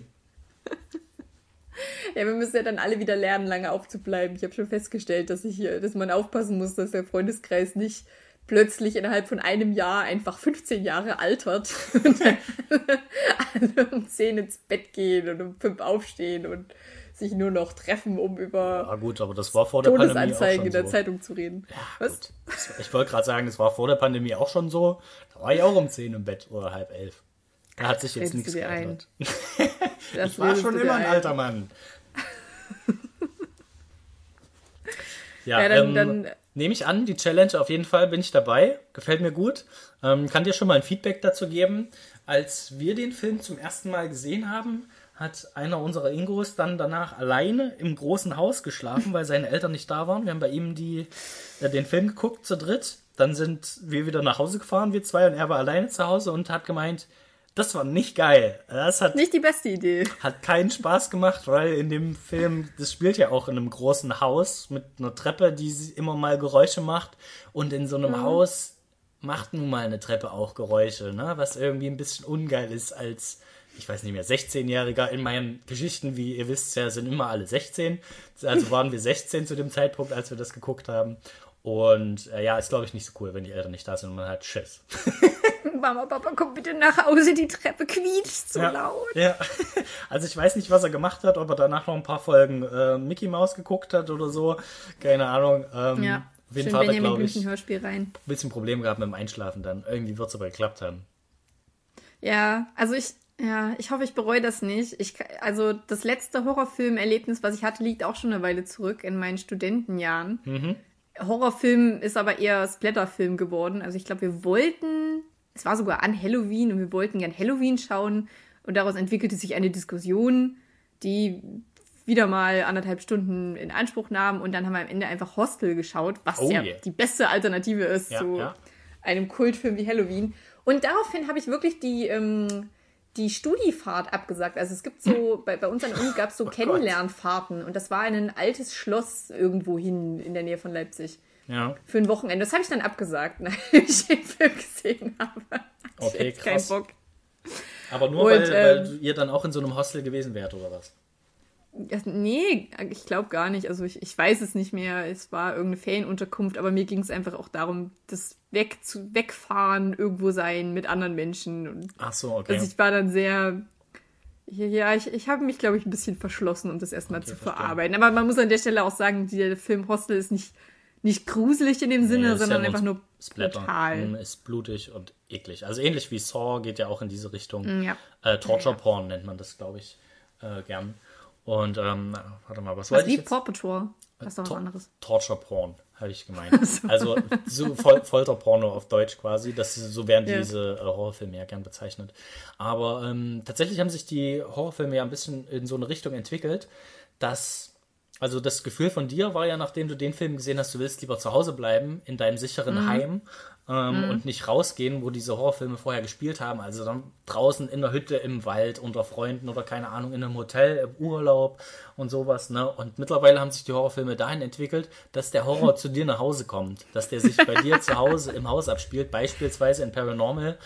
Ja, wir müssen ja dann alle wieder lernen, lange aufzubleiben. Ich habe schon festgestellt, dass man aufpassen muss, dass der Freundeskreis nicht plötzlich innerhalb von einem Jahr einfach 15 Jahre altert und dann alle um 10 ins Bett gehen und um 5 aufstehen und sich nur noch treffen, um über Ja gut, aber das war vor der Pandemie auch Todesanzeigen schon in der so. Zeitung zu reden. Ja, Was? gut. Ich wollte gerade sagen, das war vor der Pandemie auch schon so. Da war ich auch um 10 im Bett oder 10:30. Da hat sich jetzt Bildest nichts du dir ein? geändert. Das Ich war bildest schon du immer dir ein ein. alter Mann. Ja, dann nehme ich an, die Challenge auf jeden Fall, bin ich dabei. Gefällt mir gut. Kann dir schon mal ein Feedback dazu geben. Als wir den Film zum ersten Mal gesehen haben, hat einer unserer Ingos dann danach alleine im großen Haus geschlafen, weil seine Eltern nicht da waren. Wir haben bei ihm den Film geguckt zu dritt. Dann sind wir wieder nach Hause gefahren, wir zwei, und er war alleine zu Hause und hat gemeint, das war nicht geil. Das hat nicht die beste Idee. Hat keinen Spaß gemacht, weil in dem Film, das spielt ja auch in einem großen Haus mit einer Treppe, die immer mal Geräusche macht. Und in so einem Haus macht nun mal eine Treppe auch Geräusche, ne? Was irgendwie ein bisschen ungeil ist als, ich weiß nicht mehr, 16-Jähriger. In meinen Geschichten, wie ihr wisst ja, sind immer alle 16. Also waren wir 16 zu dem Zeitpunkt, als wir das geguckt haben. Und ja, ist glaube ich nicht so cool, wenn die Eltern nicht da sind und man hat Schiss. Mama, Papa, komm bitte nach Hause, die Treppe quietscht so laut. Ja, also ich weiß nicht, was er gemacht hat, ob er danach noch ein paar Folgen Mickey Mouse geguckt hat oder so. Keine Ahnung. Ja, auf jeden schön Fall hat er, Benjamin glaube ich, Blümchen ein Hörspiel rein. bisschen Probleme gehabt mit dem Einschlafen dann. Irgendwie wird es aber geklappt haben. Ja, also ich hoffe, ich bereue das nicht. Also das letzte Horrorfilmerlebnis, was ich hatte, liegt auch schon eine Weile zurück in meinen Studentenjahren. Horrorfilm ist aber eher Splatterfilm geworden. Also ich glaube, es war sogar an Halloween und wir wollten gern Halloween schauen und daraus entwickelte sich eine Diskussion, die wieder mal 1,5 Stunden in Anspruch nahm und dann haben wir am Ende einfach Hostel geschaut, was die beste Alternative ist zu einem Kultfilm wie Halloween. Und daraufhin habe ich wirklich die Studifahrt abgesagt. Also es gibt so, bei uns an der Uni gab es so Kennenlernfahrten und das war in ein altes Schloss irgendwo hin in der Nähe von Leipzig. Ja. Für ein Wochenende. Das habe ich dann abgesagt, nachdem ich den Film gesehen habe. Okay, Ich keinen krass. Bock. Aber nur, weil ihr dann auch in so einem Hostel gewesen wärt, oder was? Nee, ich glaube gar nicht. Also ich weiß es nicht mehr. Es war irgendeine Ferienunterkunft, aber mir ging es einfach auch darum, das Wegfahren, irgendwo sein mit anderen Menschen. Und Ach so, okay. also ich war dann sehr... Ja, ich habe mich, glaube ich, ein bisschen verschlossen, um das erstmal zu verarbeiten. Aber man muss an der Stelle auch sagen, der Film Hostel ist nicht gruselig in dem Sinne, ist sondern ja einfach nur Splatter. brutal. Ist blutig und eklig. Also ähnlich wie Saw geht ja auch in diese Richtung. Ja. Torture Porn nennt man das, glaube ich, gern. Und, warte mal, was Was wollte ich wie jetzt? Paw Patrol? Das ist doch was anderes. Torture Porn, habe ich gemeint. Also so Folterporno auf Deutsch quasi. So werden diese Horrorfilme ja gern bezeichnet. Aber tatsächlich haben sich die Horrorfilme ja ein bisschen in so eine Richtung entwickelt, dass Also das Gefühl von dir war ja, nachdem du den Film gesehen hast, du willst lieber zu Hause bleiben, in deinem sicheren Heim und nicht rausgehen, wo diese Horrorfilme vorher gespielt haben. Also dann draußen in der Hütte, im Wald, unter Freunden oder keine Ahnung, in einem Hotel, im Urlaub und sowas. Ne? Und mittlerweile haben sich die Horrorfilme dahin entwickelt, dass der Horror zu dir nach Hause kommt. Dass der sich bei dir zu Hause im Haus abspielt. Beispielsweise in Paranormal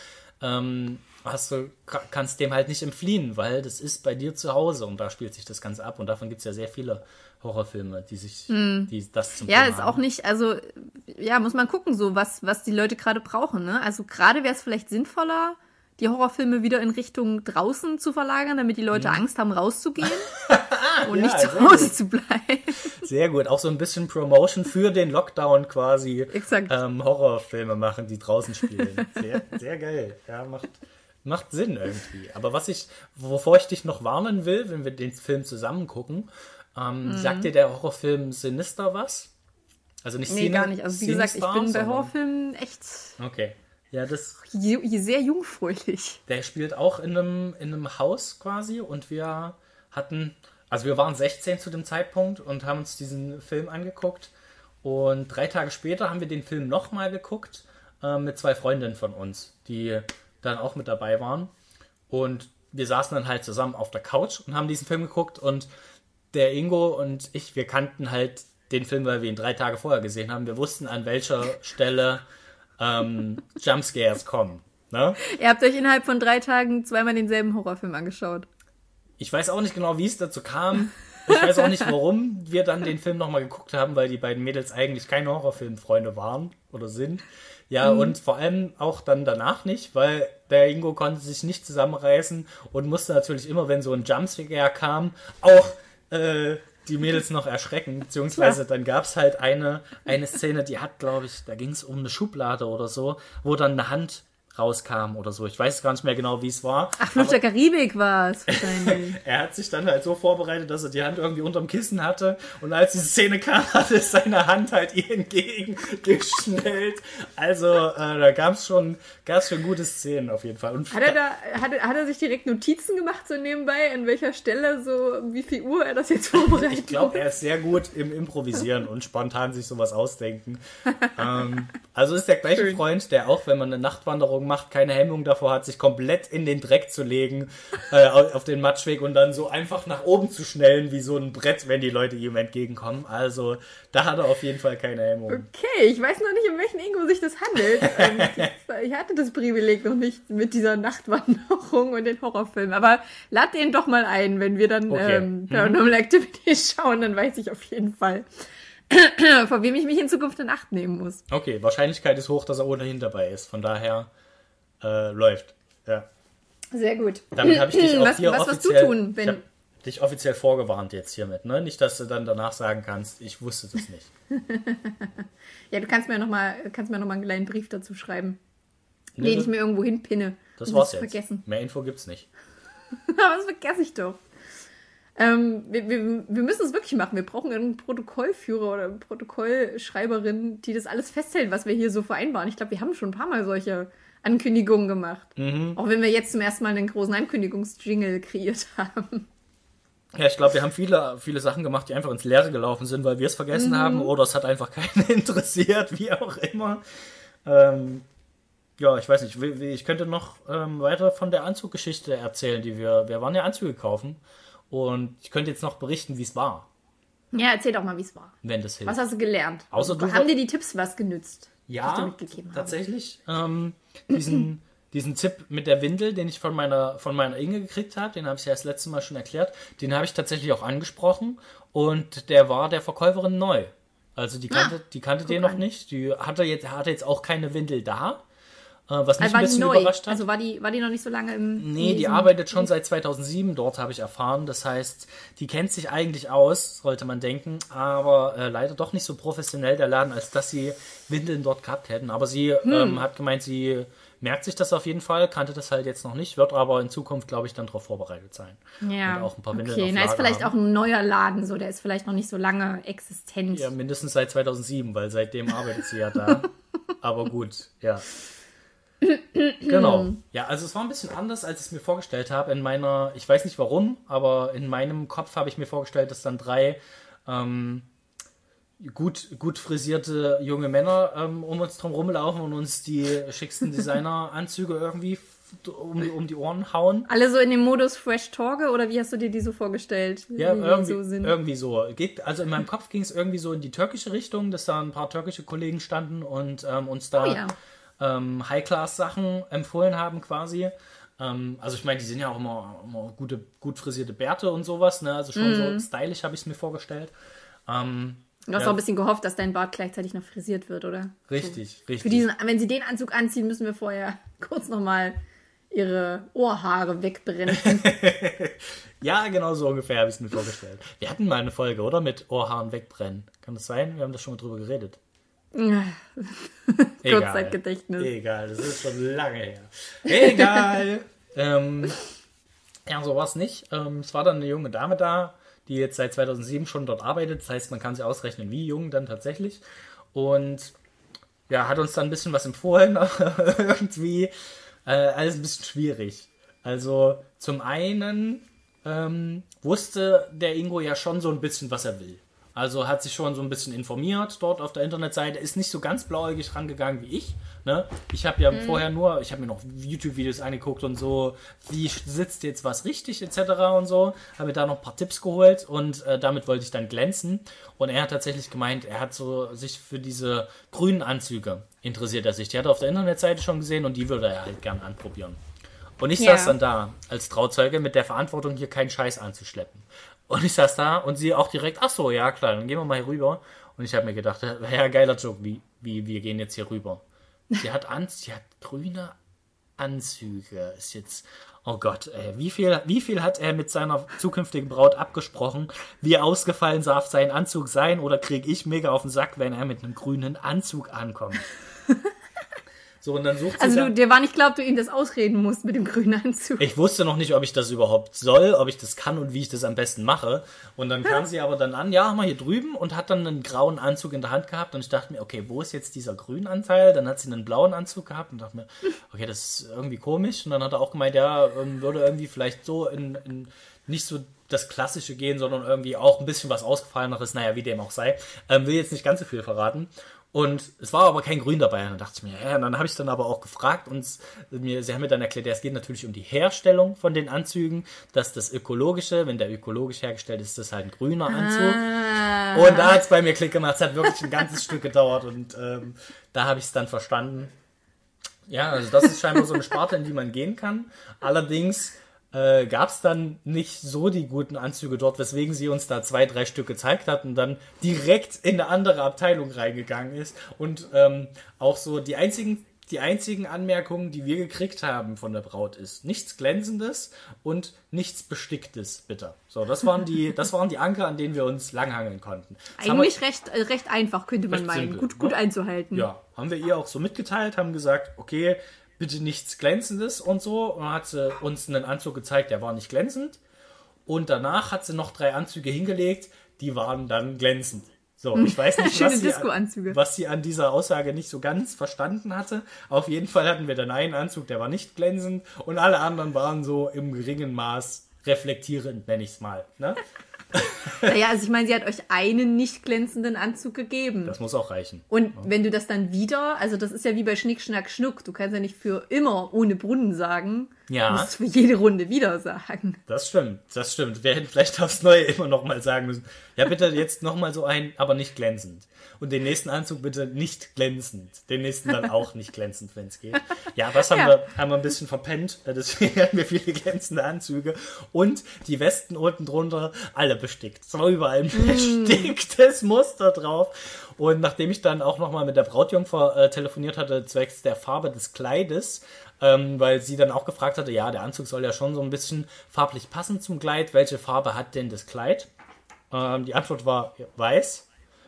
kannst dem halt nicht entfliehen, weil das ist bei dir zu Hause und da spielt sich das Ganze ab. Und davon gibt es ja sehr viele Horrorfilme, die das zum Ja, Thema ist haben. auch nicht, also, ja, muss man gucken, so, was die Leute gerade brauchen, ne? Also, gerade wäre es vielleicht sinnvoller, die Horrorfilme wieder in Richtung draußen zu verlagern, damit die Leute Angst haben, rauszugehen und Ja, nicht zu sehr Hause gut. zu bleiben. Sehr gut, auch so ein bisschen Promotion für den Lockdown quasi. Exakt. Horrorfilme machen, die draußen spielen. Sehr, sehr geil. Ja, macht Sinn irgendwie. Aber wovor ich dich noch warnen will, wenn wir den Film zusammen gucken, sagt dir der Horrorfilm Sinister was? Also nicht Nee, gar nicht. Also, wie gesagt, ich Sinister, bin bei sondern- Horrorfilmen echt Okay. Ja, sehr jungfräulich. der spielt auch in einem Haus quasi und wir waren 16 zu dem Zeitpunkt und haben uns diesen Film angeguckt und 3 Tage später haben wir den Film nochmal geguckt mit 2 Freundinnen von uns, die dann auch mit dabei waren und wir saßen dann halt zusammen auf der Couch und haben diesen Film geguckt und der Ingo und ich, wir kannten halt den Film, weil wir ihn 3 Tage vorher gesehen haben. Wir wussten, an welcher Stelle Jumpscares kommen. Ne? Ihr habt euch innerhalb von 3 Tagen zweimal denselben Horrorfilm angeschaut. Ich weiß auch nicht genau, wie es dazu kam. Ich weiß auch nicht, warum wir dann den Film nochmal geguckt haben, weil die beiden Mädels eigentlich keine Horrorfilmfreunde waren oder sind. Ja, und vor allem auch dann danach nicht, weil der Ingo konnte sich nicht zusammenreißen und musste natürlich immer, wenn so ein Jumpscare kam, auch die Mädels noch erschrecken. Beziehungsweise dann gab es halt eine Szene, die hat, glaube ich, da ging es um eine Schublade oder so, wo dann eine Hand rauskam oder so. Ich weiß gar nicht mehr genau, wie es war. Ach, Fluch der Karibik war es wahrscheinlich. Er hat sich dann halt so vorbereitet, dass er die Hand irgendwie unterm Kissen hatte und als diese Szene kam, hat es seine Hand halt ihr entgegengeschnellt. Also da gab es schon gute Szenen auf jeden Fall. Und Hat er sich direkt Notizen gemacht, so nebenbei, an welcher Stelle, so wie viel Uhr er das jetzt vorbereitet? ich glaube, er ist sehr gut im Improvisieren und spontan sich sowas ausdenken. Also ist der gleiche Freund, der auch, wenn man eine Nachtwanderung macht, keine Hemmung davor hat, sich komplett in den Dreck zu legen, auf den Matschweg und dann so einfach nach oben zu schnellen, wie so ein Brett, wenn die Leute ihm entgegenkommen. Also da hat er auf jeden Fall keine Hemmung. Okay, ich weiß noch nicht, um welchen Ingo sich das handelt. Ich hatte das Privileg noch nicht mit dieser Nachtwanderung und den Horrorfilmen. Aber lad den doch mal ein, wenn wir dann Okay. Paranormal Activity schauen, dann weiß ich auf jeden Fall, vor wem ich mich in Zukunft in Acht nehmen muss. Okay, Wahrscheinlichkeit ist hoch, dass er ohnehin dabei ist. Von daher läuft. Ja. Sehr gut. Damit habe ich dich auch was hier wirst du offiziell, tun, ich hab dich offiziell vorgewarnt jetzt hiermit, ne? Nicht, dass du dann danach sagen kannst, ich wusste das nicht. Ja, du kannst mir noch mal einen kleinen Brief dazu schreiben, Nee, den ich mir irgendwo hinpinne. Das Um war's es zu jetzt. vergessen. Mehr Info gibt's nicht. Aber das vergesse ich doch. Wir müssen es wirklich machen. Wir brauchen einen Protokollführer oder eine Protokollschreiberin, die das alles festhält, was wir hier so vereinbaren. Ich glaube, wir haben schon ein paar Mal solche Ankündigungen gemacht. Auch wenn wir jetzt zum ersten Mal einen großen Ankündigungsjingle kreiert haben. Ja, ich glaube, wir haben viele Sachen gemacht, die einfach ins Leere gelaufen sind, weil wir es vergessen haben oder es hat einfach keinen interessiert, wie auch immer. Ja, ich weiß nicht, ich könnte noch weiter von der Anzuggeschichte erzählen, wir waren ja Anzüge kaufen und ich könnte jetzt noch berichten, wie es war, Ja, erzähl doch mal, wie es war. wenn das hilft. Was hast du gelernt? Außer du- haben dir die Tipps was genützt? die ich dir Ja, mitgegeben habe? tatsächlich. Diesen Tipp mit der Windel, den ich von meiner Inge gekriegt habe, den habe ich ja das letzte Mal schon erklärt, den habe ich tatsächlich auch angesprochen und der war der Verkäuferin neu. Also die kannte den noch nicht. Die hatte jetzt auch keine Windel da, was mich war ein die bisschen neu? überrascht hat. Also war die noch nicht so lange im... Nee, in die diesem- arbeitet schon seit 2007 dort, habe ich erfahren. Das heißt, die kennt sich eigentlich aus, sollte man denken, aber leider doch nicht so professionell der Laden, als dass sie Windeln dort gehabt hätten. Aber sie hat gemeint, sie merkt sich das auf jeden Fall, kannte das halt jetzt noch nicht, wird aber in Zukunft, glaube ich, dann darauf vorbereitet sein. Ja, Und auch ein paar Windeln okay. auf Na, ist Lager vielleicht haben. auch ein neuer Laden, so, der ist vielleicht noch nicht so lange existent. Ja, mindestens seit 2007, weil seitdem arbeitet sie ja da. Aber gut, ja. Genau. Ja, also es war ein bisschen anders, als ich es mir vorgestellt habe. Ich weiß nicht warum, aber in meinem Kopf habe ich mir vorgestellt, dass dann 3 gut frisierte junge Männer um uns drum rumlaufen und uns die schicksten Designeranzüge irgendwie um die Ohren hauen. Alle so in dem Modus Fresh Torge oder wie hast du dir die so vorgestellt? Ja, Wie die irgendwie so sind? irgendwie so. Also in meinem Kopf ging es irgendwie so in die türkische Richtung, dass da ein paar türkische Kollegen standen und uns da High-Class-Sachen empfohlen haben quasi. Also ich meine, die sind ja auch immer gut frisierte Bärte und sowas, ne? Also schon so stylisch habe ich es mir vorgestellt. Du hast auch ein bisschen gehofft, dass dein Bart gleichzeitig noch frisiert wird, oder? Richtig. Für wenn sie den Anzug anziehen, müssen wir vorher kurz nochmal ihre Ohrhaare wegbrennen. Ja, genau so ungefähr habe ich es mir vorgestellt. Wir hatten mal eine Folge, oder? Mit Ohrhaaren wegbrennen. Kann das sein? Wir haben da schon mal drüber geredet. Kurzzeitgedächtnis. Egal, das ist schon lange her. Egal. Ja, so war es nicht. Es war dann eine junge Dame da, die jetzt seit 2007 schon dort arbeitet. Das heißt, man kann sich ausrechnen, wie jung dann tatsächlich. Und ja, hat uns dann ein bisschen was empfohlen, aber irgendwie alles ein bisschen schwierig. Also zum einen wusste der Ingo ja schon so ein bisschen, was er will. Also hat sich schon so ein bisschen informiert dort auf der Internetseite, ist nicht so ganz blauäugig rangegangen wie ich. Ne? Ich habe ja vorher ich habe mir noch YouTube-Videos angeguckt und so, wie sitzt jetzt was richtig etc. und so. Habe mir da noch ein paar Tipps geholt und damit wollte ich dann glänzen. Und er hat tatsächlich gemeint, er hat so sich für diese grünen Anzüge interessiert er sich. Die hat er auf der Internetseite schon gesehen und die würde er halt gern anprobieren. Und ich saß dann da als Trauzeuge mit der Verantwortung, hier keinen Scheiß anzuschleppen. Und ich saß da und sie auch direkt, ach so, ja klar, dann gehen wir mal hier rüber. Und ich habe mir gedacht, ja, geiler Joke, wie wir gehen jetzt hier rüber. Sie hat grüne Anzüge. Ist jetzt, oh Gott, ey, wie viel hat er mit seiner zukünftigen Braut abgesprochen? Wie ausgefallen darf sein Anzug sein? Oder kriege ich mega auf den Sack, wenn er mit einem grünen Anzug ankommt? So, und dann sucht sie dir war nicht klar, ob du ihm das ausreden musst mit dem grünen Anzug. Ich wusste noch nicht, ob ich das überhaupt soll, ob ich das kann und wie ich das am besten mache. Und dann kam sie aber dann an, ja, mal hier drüben und hat dann einen grauen Anzug in der Hand gehabt. Und ich dachte mir, okay, wo ist jetzt dieser Grünanteil? Dann hat sie einen blauen Anzug gehabt und dachte mir, okay, das ist irgendwie komisch. Und dann hat er auch gemeint, ja, würde irgendwie vielleicht so in nicht so das Klassische gehen, sondern irgendwie auch ein bisschen was Ausgefalleneres, naja, wie dem auch sei. Will jetzt nicht ganz so viel verraten. Und es war aber kein Grün dabei. Und dann dachte ich mir, ja, und dann habe ich dann aber auch gefragt und sie haben mir dann erklärt, ja, es geht natürlich um die Herstellung von den Anzügen, dass das Ökologische, wenn der ökologisch hergestellt ist, ist das halt ein grüner Anzug. Und da hat es bei mir Klick gemacht, es hat wirklich ein ganzes Stück gedauert und da habe ich es dann verstanden. Ja, also das ist scheinbar so eine Sparte, in die man gehen kann. Allerdings gab es dann nicht so die guten Anzüge dort, weswegen sie uns da 2-3 Stück gezeigt hat und dann direkt in eine andere Abteilung reingegangen ist. Und auch so die einzigen Anmerkungen, die wir gekriegt haben von der Braut ist nichts Glänzendes und nichts Besticktes, bitte. So, das waren die Anker, an denen wir uns langhangeln konnten. Eigentlich recht einfach, könnte man meinen. Simpel, gut einzuhalten. Ja, haben wir ihr auch so mitgeteilt, haben gesagt, okay, bitte nichts Glänzendes und so. Und dann hat sie uns einen Anzug gezeigt, der war nicht glänzend. Und danach hat sie noch 3 Anzüge hingelegt, die waren dann glänzend. So, ich weiß nicht, was sie an dieser Aussage nicht so ganz verstanden hatte. Auf jeden Fall hatten wir dann einen Anzug, der war nicht glänzend. Und alle anderen waren so im geringen Maß reflektierend, nenne ich es mal. Ne? Naja, also ich meine, sie hat euch einen nicht glänzenden Anzug gegeben. Das muss auch reichen. Und wenn du das dann wieder, also das ist ja wie bei Schnick, Schnack, Schnuck, du kannst ja nicht für immer ohne Brunnen sagen. Ja. Du musst für jede Runde wieder sagen. Das stimmt. Wir hätten vielleicht aufs Neue immer noch mal sagen müssen, ja bitte jetzt noch mal so einen, aber nicht glänzend. Und den nächsten Anzug bitte nicht glänzend. Den nächsten dann auch nicht glänzend, wenn es geht. Ja, das haben wir ein bisschen verpennt. Deswegen hatten wir viele glänzende Anzüge. Und die Westen unten drunter, alle bestickt. Es war überall ein besticktes Muster drauf. Und nachdem ich dann auch noch mal mit der Brautjungfer telefoniert hatte, zwecks der Farbe des Kleides, weil sie dann auch gefragt hatte, ja, der Anzug soll ja schon so ein bisschen farblich passen zum Kleid. Welche Farbe hat denn das Kleid? Die Antwort war weiß.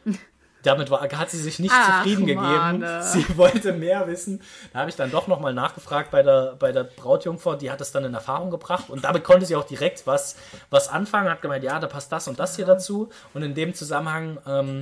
Damit hat sie sich nicht zufrieden gegeben. Sie wollte mehr wissen. Da habe ich dann doch nochmal nachgefragt bei der Brautjungfer. Die hat es dann in Erfahrung gebracht. Und damit konnte sie auch direkt was anfangen. Hat gemeint, ja, da passt das und das hier dazu. Und in dem Zusammenhang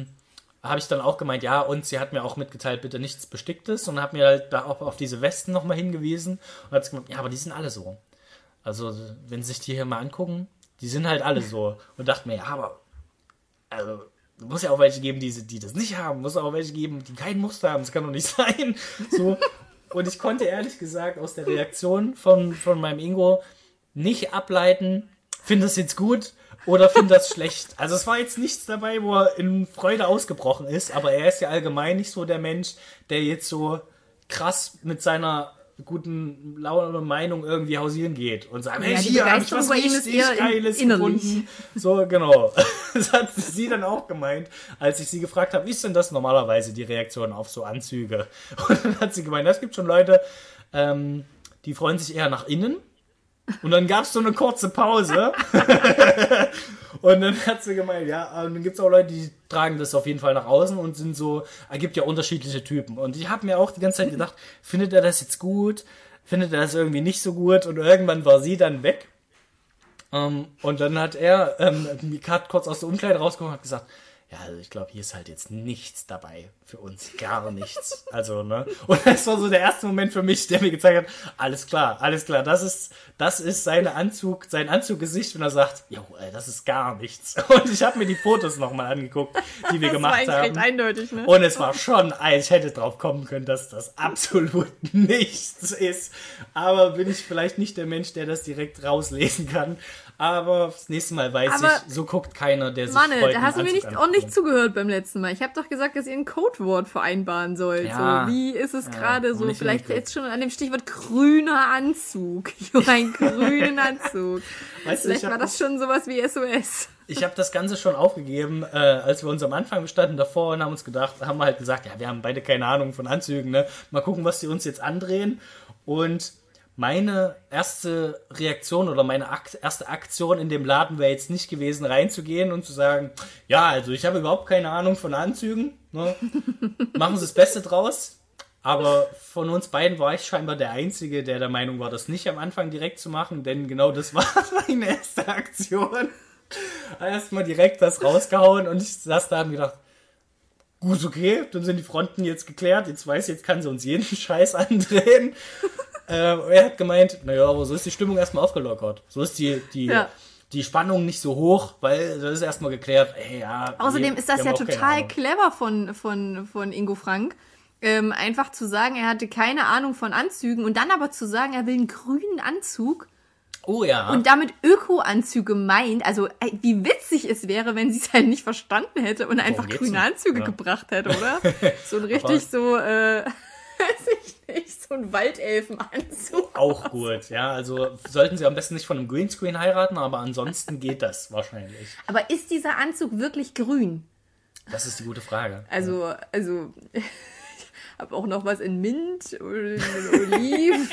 habe ich dann auch gemeint, ja, und sie hat mir auch mitgeteilt, bitte nichts Besticktes. Und hat mir halt da auch auf diese Westen nochmal hingewiesen. Und hat gemeint, ja, aber die sind alle so. Also, wenn Sie sich die hier mal angucken, die sind halt alle so. Und dachte mir, ja, aber also muss ja auch welche geben, die das nicht haben. Muss auch welche geben, die kein Muster haben. Das kann doch nicht sein. So. Und ich konnte ehrlich gesagt aus der Reaktion von meinem Ingo nicht ableiten, finde das jetzt gut oder finde das schlecht. Also es war jetzt nichts dabei, wo er in Freude ausgebrochen ist, aber er ist ja allgemein nicht so der Mensch, der jetzt so krass mit seiner guten Laune Meinung irgendwie hausieren geht und sagt, hey, hier habe ich was richtig Geiles gefunden. So, genau. Das hat sie dann auch gemeint, als ich sie gefragt habe, wie ist denn das normalerweise, die Reaktion auf so Anzüge? Und dann hat sie gemeint, es gibt schon Leute, die freuen sich eher nach innen. Und dann gab es so eine kurze Pause. Und dann hat sie gemeint, ja, und dann gibt es auch Leute, die tragen das auf jeden Fall nach außen und sind so, gibt ja unterschiedliche Typen. Und ich habe mir auch die ganze Zeit gedacht, findet er das jetzt gut? Findet er das irgendwie nicht so gut? Und irgendwann war sie dann weg. Und dann hat er Kat kurz aus der Umkleide rausgekommen und hat gesagt, ja, also ich glaube, hier ist halt jetzt nichts dabei für uns, gar nichts. Also, ne? Und das war so der erste Moment für mich, der mir gezeigt hat, alles klar, das ist sein Anzuggesicht, wenn er sagt, jo, das ist gar nichts. Und ich habe mir die Fotos nochmal angeguckt, die wir gemacht haben. Das war eigentlich recht eindeutig, ne? Und es war schon, ich hätte drauf kommen können, dass das absolut nichts ist. Aber bin ich vielleicht nicht der Mensch, der das direkt rauslesen kann. Aber das nächste Mal weiß ich, so guckt keiner, der sich freut. Da hast du mir nicht ordentlich zugehört beim letzten Mal. Ich habe doch gesagt, dass ihr ein Codewort vereinbaren sollt. Ja, so, wie ist es gerade so? Vielleicht jetzt schon an dem Stichwort grüner Anzug. Ein grünen Anzug. Weißt vielleicht war das schon sowas wie SOS. Ich habe das Ganze schon aufgegeben, als wir uns am Anfang standen davor und haben wir halt gesagt, ja, wir haben beide keine Ahnung von Anzügen, ne? Mal gucken, was die uns jetzt andrehen. Und meine erste Reaktion oder meine erste Aktion in dem Laden wäre jetzt nicht gewesen, reinzugehen und zu sagen, ja, also ich habe überhaupt keine Ahnung von Anzügen, ne? Machen Sie das Beste draus. Aber von uns beiden war ich scheinbar der Einzige, der Meinung war, das nicht am Anfang direkt zu machen, denn genau das war meine erste Aktion. Erstmal direkt das rausgehauen und ich saß da und gedacht, gut, okay, dann sind die Fronten jetzt geklärt, jetzt kann sie uns jeden Scheiß andrehen. Er hat gemeint, naja, aber so ist die Stimmung erstmal aufgelockert. So ist die Spannung nicht so hoch, weil das ist erstmal geklärt. Ey, ja, außerdem ist das ja total clever von Ingo Frank, einfach zu sagen, er hatte keine Ahnung von Anzügen und dann aber zu sagen, er will einen grünen Anzug. Oh ja. Und damit Öko-Anzüge meint, also wie witzig es wäre, wenn sie es halt nicht verstanden hätte und einfach grüne Anzüge gebracht hätte, oder? So ein richtig weiß ich nicht, so ein Waldelfenanzug. Auch gut, ja. Also sollten sie am besten nicht von einem Greenscreen heiraten, aber ansonsten geht das wahrscheinlich. Aber ist dieser Anzug wirklich grün? Das ist die gute Frage. Also ich habe auch noch was in Mint oder in Oliven.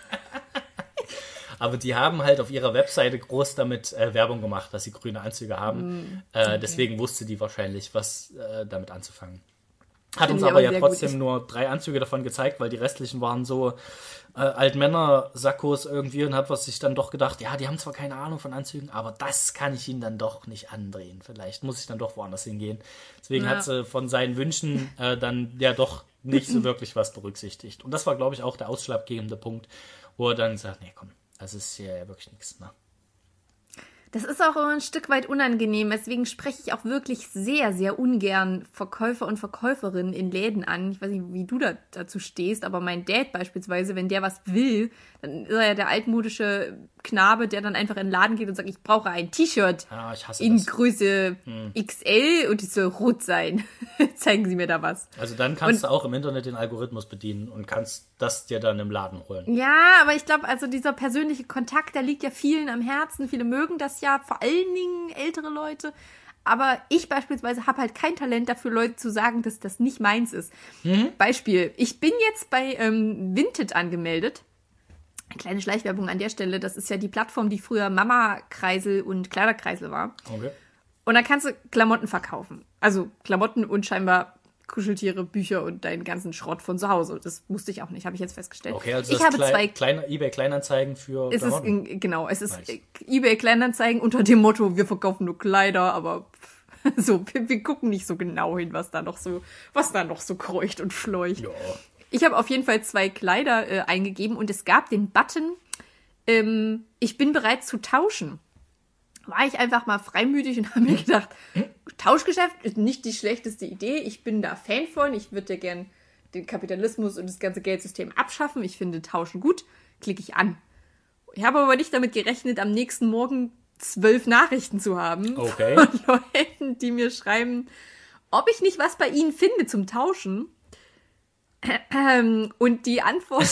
Aber die haben halt auf ihrer Webseite groß damit Werbung gemacht, dass sie grüne Anzüge haben. Okay. Deswegen wusste die wahrscheinlich, was damit anzufangen. Hat uns aber ja trotzdem nur 3 Anzüge davon gezeigt, weil die restlichen waren so Altmänner-Sakkos irgendwie und hat sich dann doch gedacht, ja, die haben zwar keine Ahnung von Anzügen, aber das kann ich ihnen dann doch nicht andrehen. Vielleicht muss ich dann doch woanders hingehen. Deswegen hat sie von seinen Wünschen dann ja doch nicht so wirklich was berücksichtigt. Und das war, glaube ich, auch der ausschlaggebende Punkt, wo er dann gesagt hat, nee, komm, das ist hier ja wirklich nichts, ne? Das ist auch immer ein Stück weit unangenehm, deswegen spreche ich auch wirklich sehr, sehr ungern Verkäufer und Verkäuferinnen in Läden an. Ich weiß nicht, wie du dazu stehst, aber mein Dad beispielsweise, wenn der was will, dann ist er ja der altmodische Knabe, der dann einfach in den Laden geht und sagt, ich brauche ein T-Shirt in Größe XL und die soll rot sein. Zeigen Sie mir da was. Also dann kannst du auch im Internet den Algorithmus bedienen und kannst das dir dann im Laden holen. Ja, aber ich glaube, also dieser persönliche Kontakt, der liegt ja vielen am Herzen. Viele mögen das ja, vor allen Dingen ältere Leute. Aber ich beispielsweise habe halt kein Talent dafür, Leute zu sagen, dass das nicht meins ist. Beispiel, ich bin jetzt bei Vinted angemeldet. Eine kleine Schleichwerbung an der Stelle. Das ist ja die Plattform, die früher Mama-Kreisel und Kleiderkreisel war. Okay. Und da kannst du Klamotten verkaufen. Also Klamotten und scheinbar Kuscheltiere, Bücher und deinen ganzen Schrott von zu Hause. Das musste ich auch nicht, habe ich jetzt festgestellt. Okay, also ich habe eBay-Kleinanzeigen für Klamotten. Es ist eBay-Kleinanzeigen unter dem Motto, wir verkaufen nur Kleider, aber so, wir gucken nicht so genau hin, was da noch so kreucht und fleucht. Ja. Ich habe auf jeden Fall 2 Kleider eingegeben und es gab den Button, ich bin bereit zu tauschen. war ich einfach mal freimütig und habe mir gedacht, Tauschgeschäft ist nicht die schlechteste Idee. Ich bin da Fan von. Ich würde ja gern den Kapitalismus und das ganze Geldsystem abschaffen. Ich finde Tauschen gut. Klicke ich an. Ich habe aber nicht damit gerechnet, am nächsten Morgen 12 Nachrichten zu haben. Okay. Von Leuten, die mir schreiben, ob ich nicht was bei ihnen finde zum Tauschen. Und die Antwort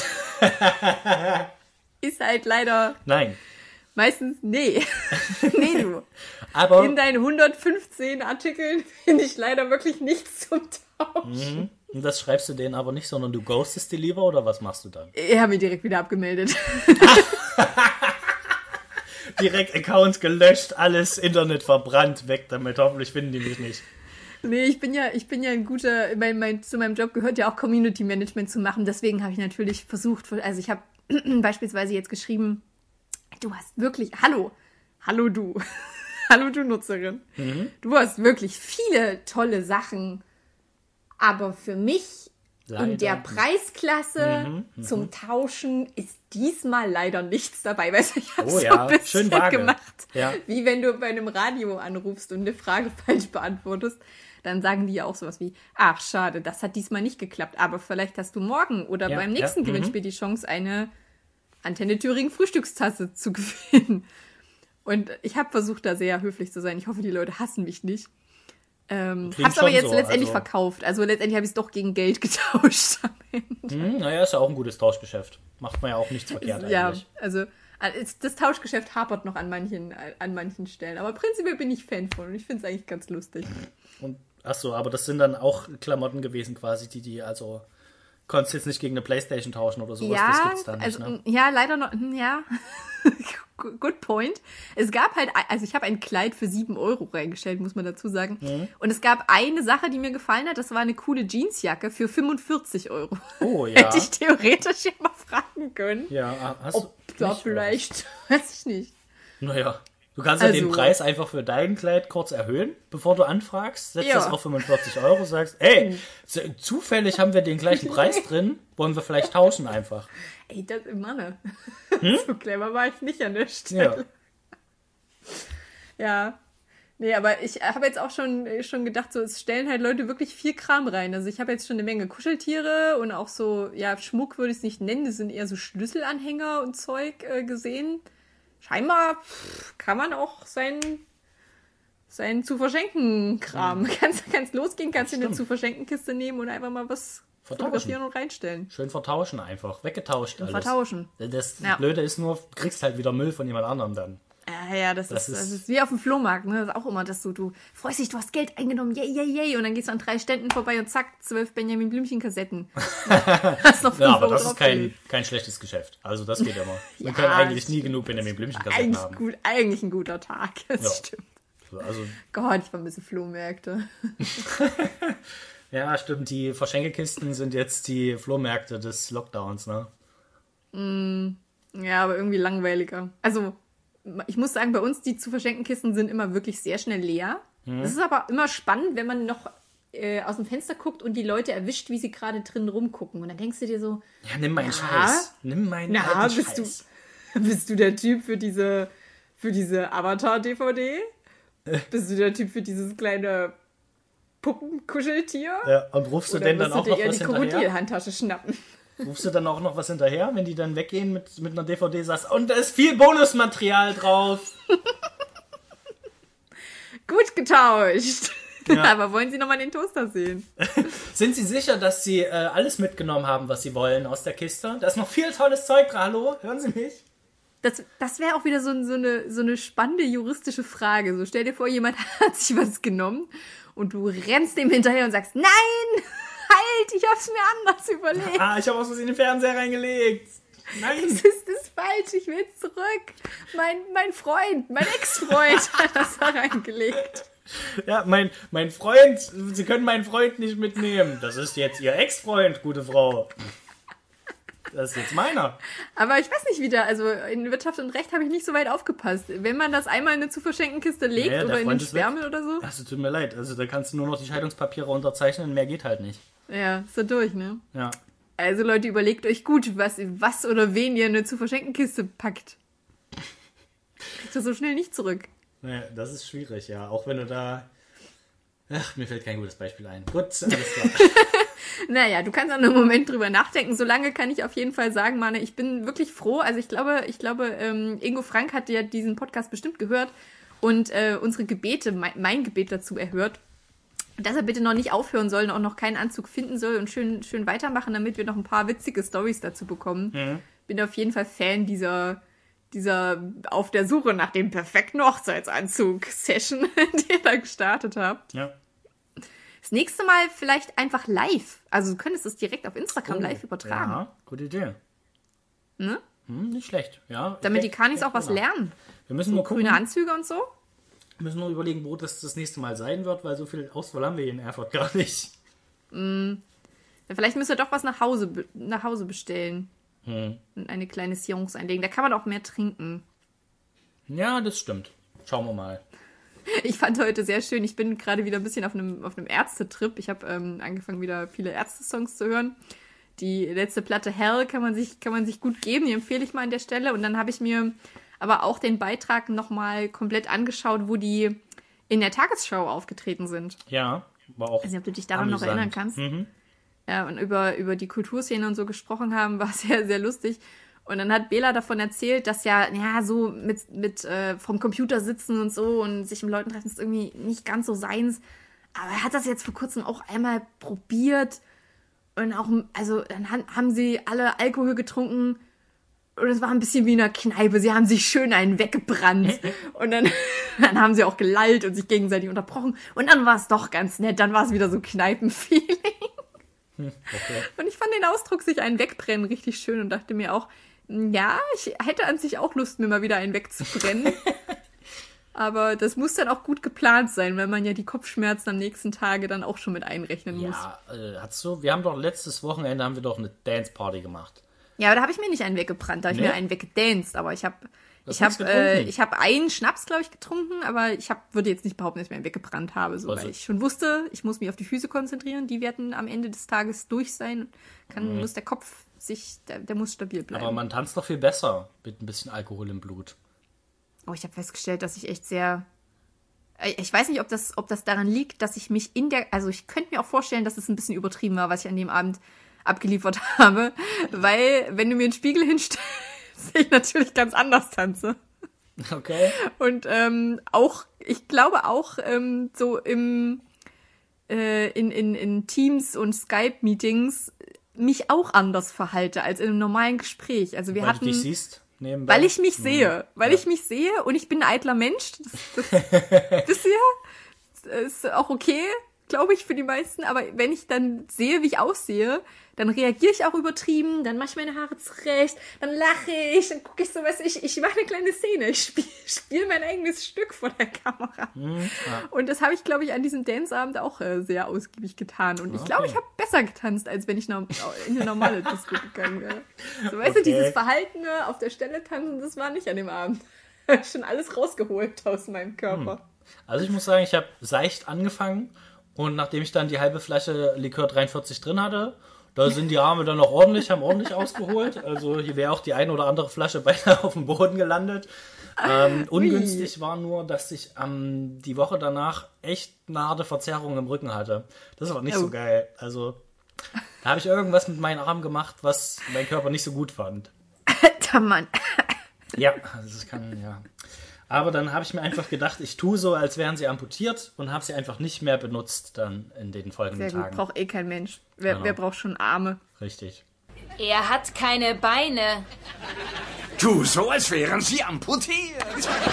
ist halt leider Nein. meistens nee. Nee, du. Aber In deinen 115 Artikeln finde ich leider wirklich nichts zum Tauschen. das schreibst du denen aber nicht, sondern du ghostest die lieber oder was machst du dann? Ich habe mich direkt wieder abgemeldet. Direkt Account gelöscht, alles Internet verbrannt, weg damit. Hoffentlich finden die mich nicht. Nee, ich bin ja ein guter, zu meinem Job gehört ja auch Community Management zu machen. Deswegen habe ich natürlich versucht, also ich habe beispielsweise jetzt geschrieben, du hast wirklich, hallo du, hallo du Nutzerin, du hast wirklich viele tolle Sachen, aber für mich Leider. in der Preisklasse zum Tauschen ist diesmal leider nichts dabei. Weißt du, ich habe so ein bisschen schön vage. gemacht, Ja. wie wenn du bei einem Radio anrufst und eine Frage falsch beantwortest. Dann sagen die ja auch sowas wie, ach schade, das hat diesmal nicht geklappt, aber vielleicht hast du morgen oder beim nächsten Gewinnspiel die Chance, eine Antenne Thüringen Frühstückstasse zu gewinnen. Und ich habe versucht, da sehr höflich zu sein. Ich hoffe, die Leute hassen mich nicht. Hab's aber jetzt letztendlich verkauft. Also letztendlich habe ich es doch gegen Geld getauscht am Ende. Naja, ist ja auch ein gutes Tauschgeschäft. Macht man ja auch nichts verkehrt Ja, eigentlich. also das Tauschgeschäft hapert noch an manchen Stellen. Aber prinzipiell bin ich Fan von und ich finde es eigentlich ganz lustig. Und, achso, aber das sind dann auch Klamotten gewesen quasi, die konntest jetzt nicht gegen eine Playstation tauschen oder sowas, das gibt's da nicht, ne? Ja, leider noch, ja. Good point. Es gab halt, also ich habe ein Kleid für 7 Euro reingestellt, muss man dazu sagen. Und es gab eine Sache, die mir gefallen hat, das war eine coole Jeansjacke für 45 Euro. Oh, ja. Hätte ich theoretisch ja mal fragen können. Ja, hast du Ob da nicht, vielleicht, weiß ich nicht. Naja, du kannst ja den Also- Preis einfach für dein Kleid kurz erhöhen, bevor du anfragst, setzt Ja. das auf 45 Euro, sagst, hey, zufällig haben wir den gleichen Preis drin, wollen wir vielleicht tauschen einfach. Ey, das immer ne? So clever war ich nicht an der Ja. Stelle. Ja. Nee, aber ich habe jetzt auch schon gedacht, so es stellen halt Leute wirklich viel Kram rein. Also ich habe jetzt schon eine Menge Kuscheltiere und auch so, ja, Schmuck würde ich es nicht nennen, das sind eher so Schlüsselanhänger und Zeug gesehen. Scheinbar kann man auch seinen zu verschenken Kram. Kannst losgehen, kannst dir eine zu verschenken Kiste nehmen und einfach mal was Vertauschen. fotografieren und reinstellen. Schön vertauschen einfach, weggetauscht alles. Vertauschen. Das Ja. Blöde ist nur, du kriegst halt wieder Müll von jemand anderem dann. Ja, das ist wie auf dem Flohmarkt, ne? Das ist auch immer, dass du freust dich, du hast Geld eingenommen, yay, yay, yay, und dann gehst du an 3 Ständen vorbei und zack, 12 Benjamin Blümchen-Kassetten. Hast noch 5 Ja, aber Euro das ist draufgelegt. kein schlechtes Geschäft. Also das geht immer. Wir Ja, können eigentlich nie stimmt. genug Benjamin Blümchen-Kassetten haben. Eigentlich ein guter Tag, das Ja. stimmt. Also, Gott, ich vermisse Flohmärkte. ja, stimmt, die Verschenkekisten sind jetzt die Flohmärkte des Lockdowns, ne? Ja, aber irgendwie langweiliger. Also, ich muss sagen, bei uns, die zu verschenken Kisten sind immer wirklich sehr schnell leer. Das ist aber immer spannend, wenn man noch aus dem Fenster guckt und die Leute erwischt, wie sie gerade drin rumgucken. Und dann denkst du dir so, Ja, nimm meinen Scheiß. Nimm meinen alten Scheiß. bist du der Typ für diese Avatar-DVD? Bist du der Typ für dieses kleine Puppenkuscheltier? Ja, und rufst du Oder denn dann musst du auch dir noch eher was die hinterher? Krokodilhandtasche schnappen? Rufst du dann auch noch was hinterher, wenn die dann weggehen mit einer DVD, sagst, und da ist viel Bonusmaterial drauf. Gut getauscht. Ja. Aber wollen Sie nochmal den Toaster sehen? Sind Sie sicher, dass Sie alles mitgenommen haben, was Sie wollen aus der Kiste? Da ist noch viel tolles Zeug drin. Hallo, hören Sie mich? Das wäre auch wieder so eine spannende juristische Frage. So, stell dir vor, jemand hat sich was genommen und du rennst dem hinterher und sagst, nein, halt, ich hab's mir anders überlegt. Ah, ich habe aus Versehen den Fernseher reingelegt. Nein. Das ist falsch, ich will zurück. Mein Ex-Freund hat das da reingelegt. Ja, mein Freund, Sie können meinen Freund nicht mitnehmen. Das ist jetzt Ihr Ex-Freund, gute Frau. Das ist jetzt meiner. Aber ich weiß nicht wieder, also in Wirtschaft und Recht habe ich nicht so weit aufgepasst. Wenn man das einmal in eine zu verschenken Kiste legt Ja, der oder in den Freund ist weg. Sperrmüll oder so. Also tut mir leid, also da kannst du nur noch die Scheidungspapiere unterzeichnen, mehr geht halt nicht. Ja, ist da durch, ne? Ja. Also Leute, überlegt euch gut, was oder wen ihr in eine zu verschenken Kiste packt. Kriegt ihr so schnell nicht zurück. Naja, das ist schwierig, ja. Auch wenn du da... Ach, mir fällt kein gutes Beispiel ein. Gut, alles klar. Naja, du kannst auch einen Moment drüber nachdenken. Solange kann ich auf jeden Fall sagen, Mane, ich bin wirklich froh. Also ich glaube, Ingo Frank hat ja diesen Podcast bestimmt gehört und unsere Gebete, mein Gebet dazu erhört. Dass er bitte noch nicht aufhören soll und auch noch keinen Anzug finden soll und schön weitermachen, damit wir noch ein paar witzige Storys dazu bekommen. Mhm. Bin auf jeden Fall Fan dieser auf der Suche nach dem perfekten Hochzeitsanzug-Session, die ihr da gestartet habt. Ja. Das nächste Mal vielleicht einfach live. Also du könntest es direkt auf Instagram live übertragen. Ja, gute Idee. Ne? Nicht schlecht, ja. Damit die Kanis auch was lernen. Wir müssen nur gucken. Grüne Anzüge und so. Wir müssen nur überlegen, wo das nächste Mal sein wird, weil so viel Auswahl haben wir hier in Erfurt gar nicht. Ja, vielleicht müsst ihr doch was nach Hause bestellen. Und eine kleine Seance einlegen. Da kann man auch mehr trinken. Ja, das stimmt. Schauen wir mal. Ich fand heute sehr schön, ich bin gerade wieder ein bisschen auf einem Ärztetrip. Ich habe angefangen, wieder viele Ärzte-Songs zu hören. Die letzte Platte Hell kann man sich gut geben, die empfehle ich mal an der Stelle. Und dann habe ich mir aber auch den Beitrag nochmal komplett angeschaut, wo die in der Tagesschau aufgetreten sind. Ja, war auch. Ich weiß nicht, ob du dich daran noch erinnern kannst. Mhm. Ja, und über die Kulturszene und so gesprochen haben, war sehr, sehr lustig. Und dann hat Bela davon erzählt, dass ja so mit vom Computer sitzen und so und sich mit Leuten treffen, ist irgendwie nicht ganz so seins. Aber er hat das jetzt vor kurzem auch einmal probiert. Und auch, also dann haben sie alle Alkohol getrunken und es war ein bisschen wie in einer Kneipe. Sie haben sich schön einen weggebrannt. Und dann haben sie auch gelallt und sich gegenseitig unterbrochen. Und dann war es doch ganz nett. Dann war es wieder so Kneipenfeeling. Okay. Und ich fand den Ausdruck, sich einen wegbrennen, richtig schön und dachte mir auch, ja, ich hätte an sich auch Lust, mir mal wieder einen wegzubrennen. Aber das muss dann auch gut geplant sein, weil man ja die Kopfschmerzen am nächsten Tage dann auch schon mit einrechnen muss. Ja, wir haben doch letztes Wochenende eine Dance-Party gemacht. Ja, aber da habe ich mir nicht einen weggebrannt, da habe ich mir einen weggedanced, aber ich habe einen Schnaps, glaube ich, getrunken, aber würde jetzt nicht behaupten, dass ich mir einen weggebrannt habe, so, weil ich schon wusste, ich muss mich auf die Füße konzentrieren, die werden am Ende des Tages durch sein, muss der Kopf der muss stabil bleiben. Aber man tanzt doch viel besser mit ein bisschen Alkohol im Blut. Oh, ich habe festgestellt, dass ich echt sehr... Ich weiß nicht, ob das daran liegt, dass ich mich also ich könnte mir auch vorstellen, dass es ein bisschen übertrieben war, was ich an dem Abend abgeliefert habe, weil, wenn du mir einen Spiegel hinstellst, ich natürlich ganz anders tanze. Okay. Und ich glaube auch so in Teams und Skype-Meetings mich auch anders verhalte als in einem normalen Gespräch. Also weil du dich siehst nebenbei? Weil ich mich sehe. Ich mich sehe und ich bin ein eitler Mensch. Das bisher ist auch okay, glaube ich, für die meisten. Aber wenn ich dann sehe, wie ich aussehe, dann reagiere ich auch übertrieben, dann mache ich meine Haare zurecht, dann lache ich, dann gucke ich so, ich mache eine kleine Szene, ich spiele mein eigenes Stück vor der Kamera. Und das habe ich, glaube ich, an diesem Danceabend auch sehr ausgiebig getan. Und ich glaube, ich habe besser getanzt, als wenn ich in eine normale Disco gegangen wäre. So, weißt du, dieses Verhaltene auf der Stelle tanzen, das war nicht an dem Abend. Ich habe schon alles rausgeholt aus meinem Körper. Also ich muss sagen, ich habe seicht angefangen und nachdem ich dann die halbe Flasche Likör 43 drin hatte, da sind die Arme dann noch haben ordentlich ausgeholt. Also hier wäre auch die eine oder andere Flasche beinahe auf dem Boden gelandet. Ungünstig war nur, dass ich die Woche danach echt eine harte Verzerrung im Rücken hatte. Das war nicht so geil. Also da habe ich irgendwas mit meinen Armen gemacht, was mein Körper nicht so gut fand. Alter Mann. Ja, das kann, ja. Aber dann habe ich mir einfach gedacht, ich tue so, als wären sie amputiert und habe sie einfach nicht mehr benutzt dann in den folgenden Tagen. Sehr gut, braucht kein Mensch. Wer braucht schon Arme? Richtig. Er hat keine Beine. Tu so, als wären sie amputiert.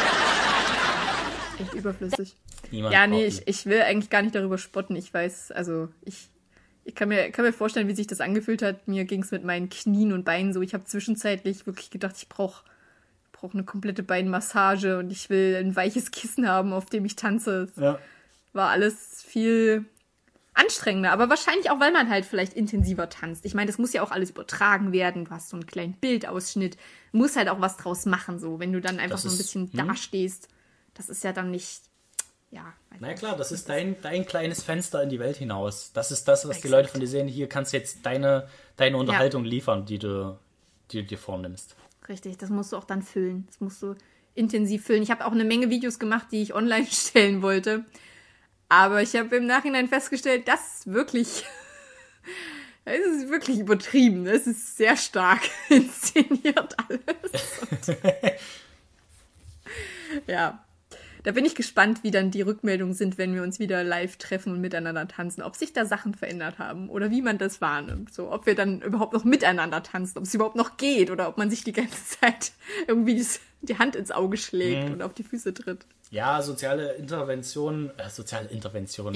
Echt überflüssig. Niemand ich will eigentlich gar nicht darüber spotten. Ich weiß, also ich kann mir vorstellen, wie sich das angefühlt hat. Mir ging es mit meinen Knien und Beinen so. Ich habe zwischenzeitlich wirklich gedacht, ich brauche eine komplette Beinmassage und ich will ein weiches Kissen haben, auf dem ich tanze. Ja. War alles viel anstrengender, aber wahrscheinlich auch, weil man halt vielleicht intensiver tanzt. Ich meine, das muss ja auch alles übertragen werden. Du hast so einen kleinen Bildausschnitt, musst halt auch was draus machen, so. Wenn du dann einfach so ein bisschen dastehst, das ist ja dann nicht, ja. Na klar, das ist dein kleines Fenster in die Welt hinaus. Das ist das, was die Leute von dir sehen. Hier kannst du jetzt deine Unterhaltung liefern, die du dir vornimmst. Richtig, das musst du auch dann füllen. Das musst du intensiv füllen. Ich habe auch eine Menge Videos gemacht, die ich online stellen wollte. Aber ich habe im Nachhinein festgestellt, das ist wirklich übertrieben. Es ist sehr stark inszeniert alles. Und ja, da bin ich gespannt, wie dann die Rückmeldungen sind, wenn wir uns wieder live treffen und miteinander tanzen. Ob sich da Sachen verändert haben oder wie man das wahrnimmt. So, ob wir dann überhaupt noch miteinander tanzen, ob es überhaupt noch geht oder ob man sich die ganze Zeit irgendwie die Hand ins Auge schlägt und auf die Füße tritt. Ja, soziale Intervention. Ja, soziale Interaktion.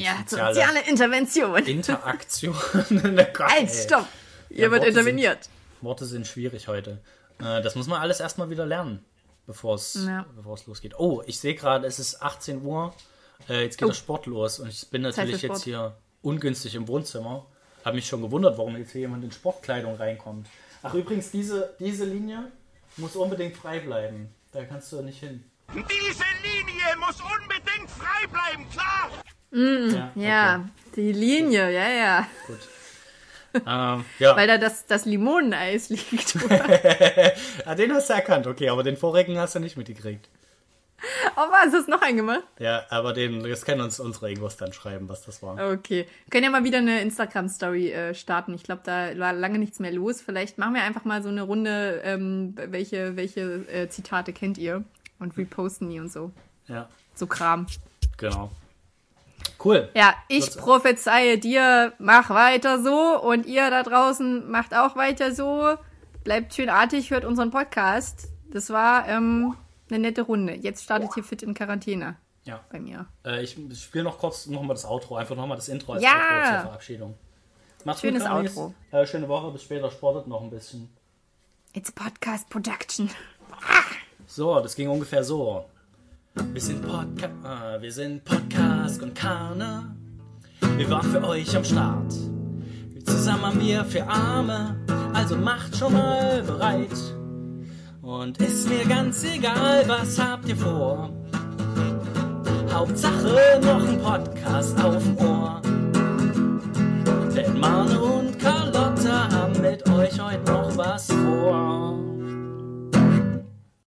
Halt, stopp! Hier wird interveniert. Worte sind schwierig heute. Das muss man alles erstmal wieder lernen, bevor es losgeht. Oh, ich sehe gerade, es ist 18 Uhr. Jetzt geht der Sport los und ich bin natürlich jetzt hier ungünstig im Wohnzimmer. Habe mich schon gewundert, warum jetzt hier jemand in Sportkleidung reinkommt. Ach, übrigens, diese Linie muss unbedingt frei bleiben. Da kannst du nicht hin. Diese Linie muss unbedingt frei bleiben, klar? Ja, die Linie, ja. Gut. Ja. Weil da das Limoneneis liegt. Den hast du erkannt, okay, aber den vorigen hast du nicht mitgekriegt. Oh, was? Hast du noch einen gemacht? Ja, aber das können uns unsere Egos dann schreiben, was das war. Okay. Wir können ja mal wieder eine Instagram-Story starten. Ich glaube, da war lange nichts mehr los. Vielleicht machen wir einfach mal so eine Runde, welche Zitate kennt ihr? Und reposten die und so. Ja. So Kram. Genau. Cool. Ja, ich prophezeie dir, mach weiter so und ihr da draußen macht auch weiter so. Bleibt schön artig, hört unseren Podcast. Das war eine nette Runde. Jetzt startet hier Fit in Quarantäne. Ja. Bei mir. Ich spiele noch mal das Outro, einfach nochmal das Intro als Outro zur Verabschiedung. Macht's schönes gut, Outro. Schöne Woche, bis später, sportet noch ein bisschen. It's Podcast Production. So, das ging ungefähr so. Wir sind Podcast und Karne. Wir waren für euch am Start. Zusammen haben wir 4 Arme. Also macht schon mal bereit. Und ist mir ganz egal, was habt ihr vor. Hauptsache noch ein Podcast auf dem Ohr.